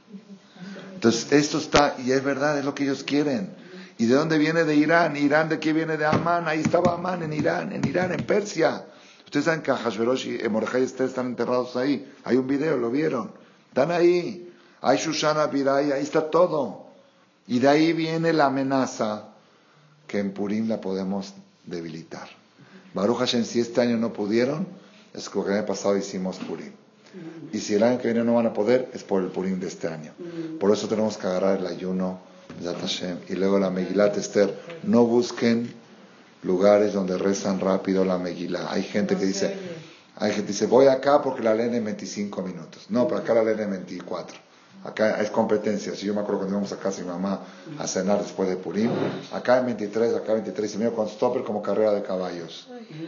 Entonces esto está, y es verdad, es lo que ellos quieren. ¿Y de dónde viene? De Irán. ¿Irán de qué viene? De Amán. Ahí estaba Amán en Irán, en Irán, en Persia. Ustedes saben que Hashverosh y Mordejai y Esther están enterrados ahí. Hay un video, lo vieron. Están ahí. Hay Shushana Pirai, ahí está todo. Y de ahí viene la amenaza que en Purim la podemos debilitar. Baruch Hashem, si este año no pudieron, es que el año pasado hicimos Purim. Y si el año que viene no van a poder, es por el Purim de este año. Por eso tenemos que agarrar el ayuno, Hashem, y luego la Megilat Esther. No busquen lugares donde rezan rápido la Megilá. Hay gente que dice, hay gente que dice, voy acá porque la leen en veinticinco minutos. No, pero acá la leen en veinticuatro. Acá es competencia. Si yo me acuerdo cuando íbamos a casa de mi mamá a cenar después de Purim, acá en veintitrés, acá en veintitrés y medio con stopper como carrera de caballos.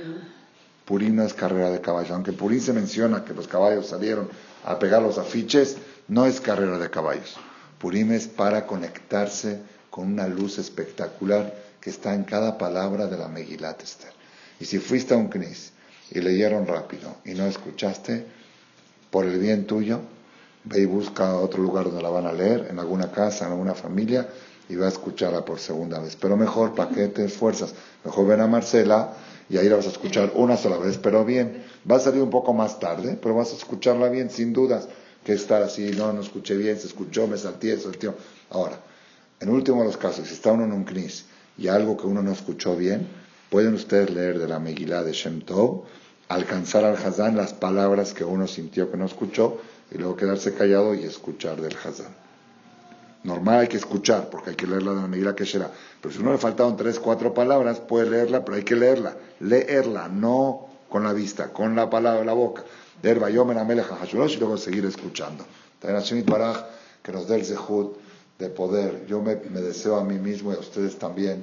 Purim no es carrera de caballos. Aunque en Purim se menciona que los caballos salieron a pegar los afiches, no es carrera de caballos. Purim es para conectarse con una luz espectacular que está en cada palabra de la Megilat Esther. Y si fuiste a un knis y leyeron rápido y no escuchaste, por el bien tuyo, ve y busca otro lugar donde la van a leer, en alguna casa, en alguna familia, y va a escucharla por segunda vez. Pero mejor, ¿para qué te esfuerzas? Mejor ven a Marcela y ahí la vas a escuchar una sola vez, pero bien. Va a salir un poco más tarde, pero vas a escucharla bien, sin dudas. Que estar así, no, no escuché bien, se escuchó, me salté, salté. Ahora, en último de los casos, si está uno en un knis y algo que uno no escuchó bien, pueden ustedes leer de la Megilá de Shem Tov, alcanzar al Hazán las palabras que uno sintió que no escuchó y luego quedarse callado y escuchar del Hazán. Normal hay que escuchar, porque hay que leerla de la Megilá que será. Pero si uno le faltaron tres, cuatro palabras, puede leerla, pero hay que leerla. Leerla, no con la vista, con la palabra de la boca. Leer Vayomer Amelech HaShulosh y luego seguir escuchando. También Hashem Yitbaraj, que nos dé el zehut de poder. Yo me, me deseo a mí mismo y a ustedes también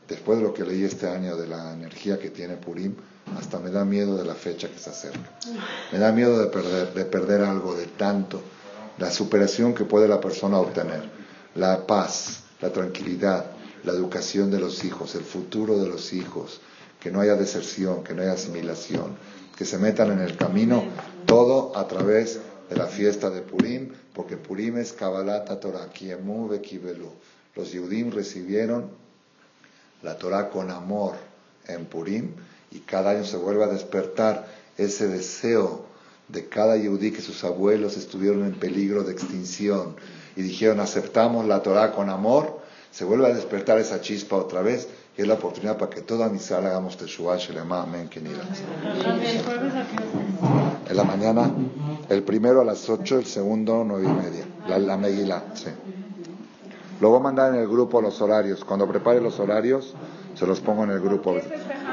después de lo que leí este año de la energía que tiene Purim, hasta me da miedo de la fecha que se acerca. Me da miedo de perder, de perder algo de tanto, la superación que puede la persona obtener, la paz, la tranquilidad, la educación de los hijos, el futuro de los hijos, que no haya deserción, que no haya asimilación, que se metan en el camino, todo a través de la fiesta de Purim, porque Purim es Kabbalat Torah, Kiemu Vekibelu. Los Yehudim recibieron la Torah con amor en Purim, y cada año se vuelve a despertar ese deseo de cada Yehudí, que sus abuelos estuvieron en peligro de extinción y dijeron aceptamos la Torah con amor. Se vuelve a despertar esa chispa otra vez, y es la oportunidad para que toda Misal hagamos Teshuvah Shelema, amén, que en la mañana, el primero a las ocho, el segundo nueve y media, la, la Megilá, sí. Lo voy a mandar en el grupo los horarios. Cuando prepare los horarios, se los pongo en el grupo.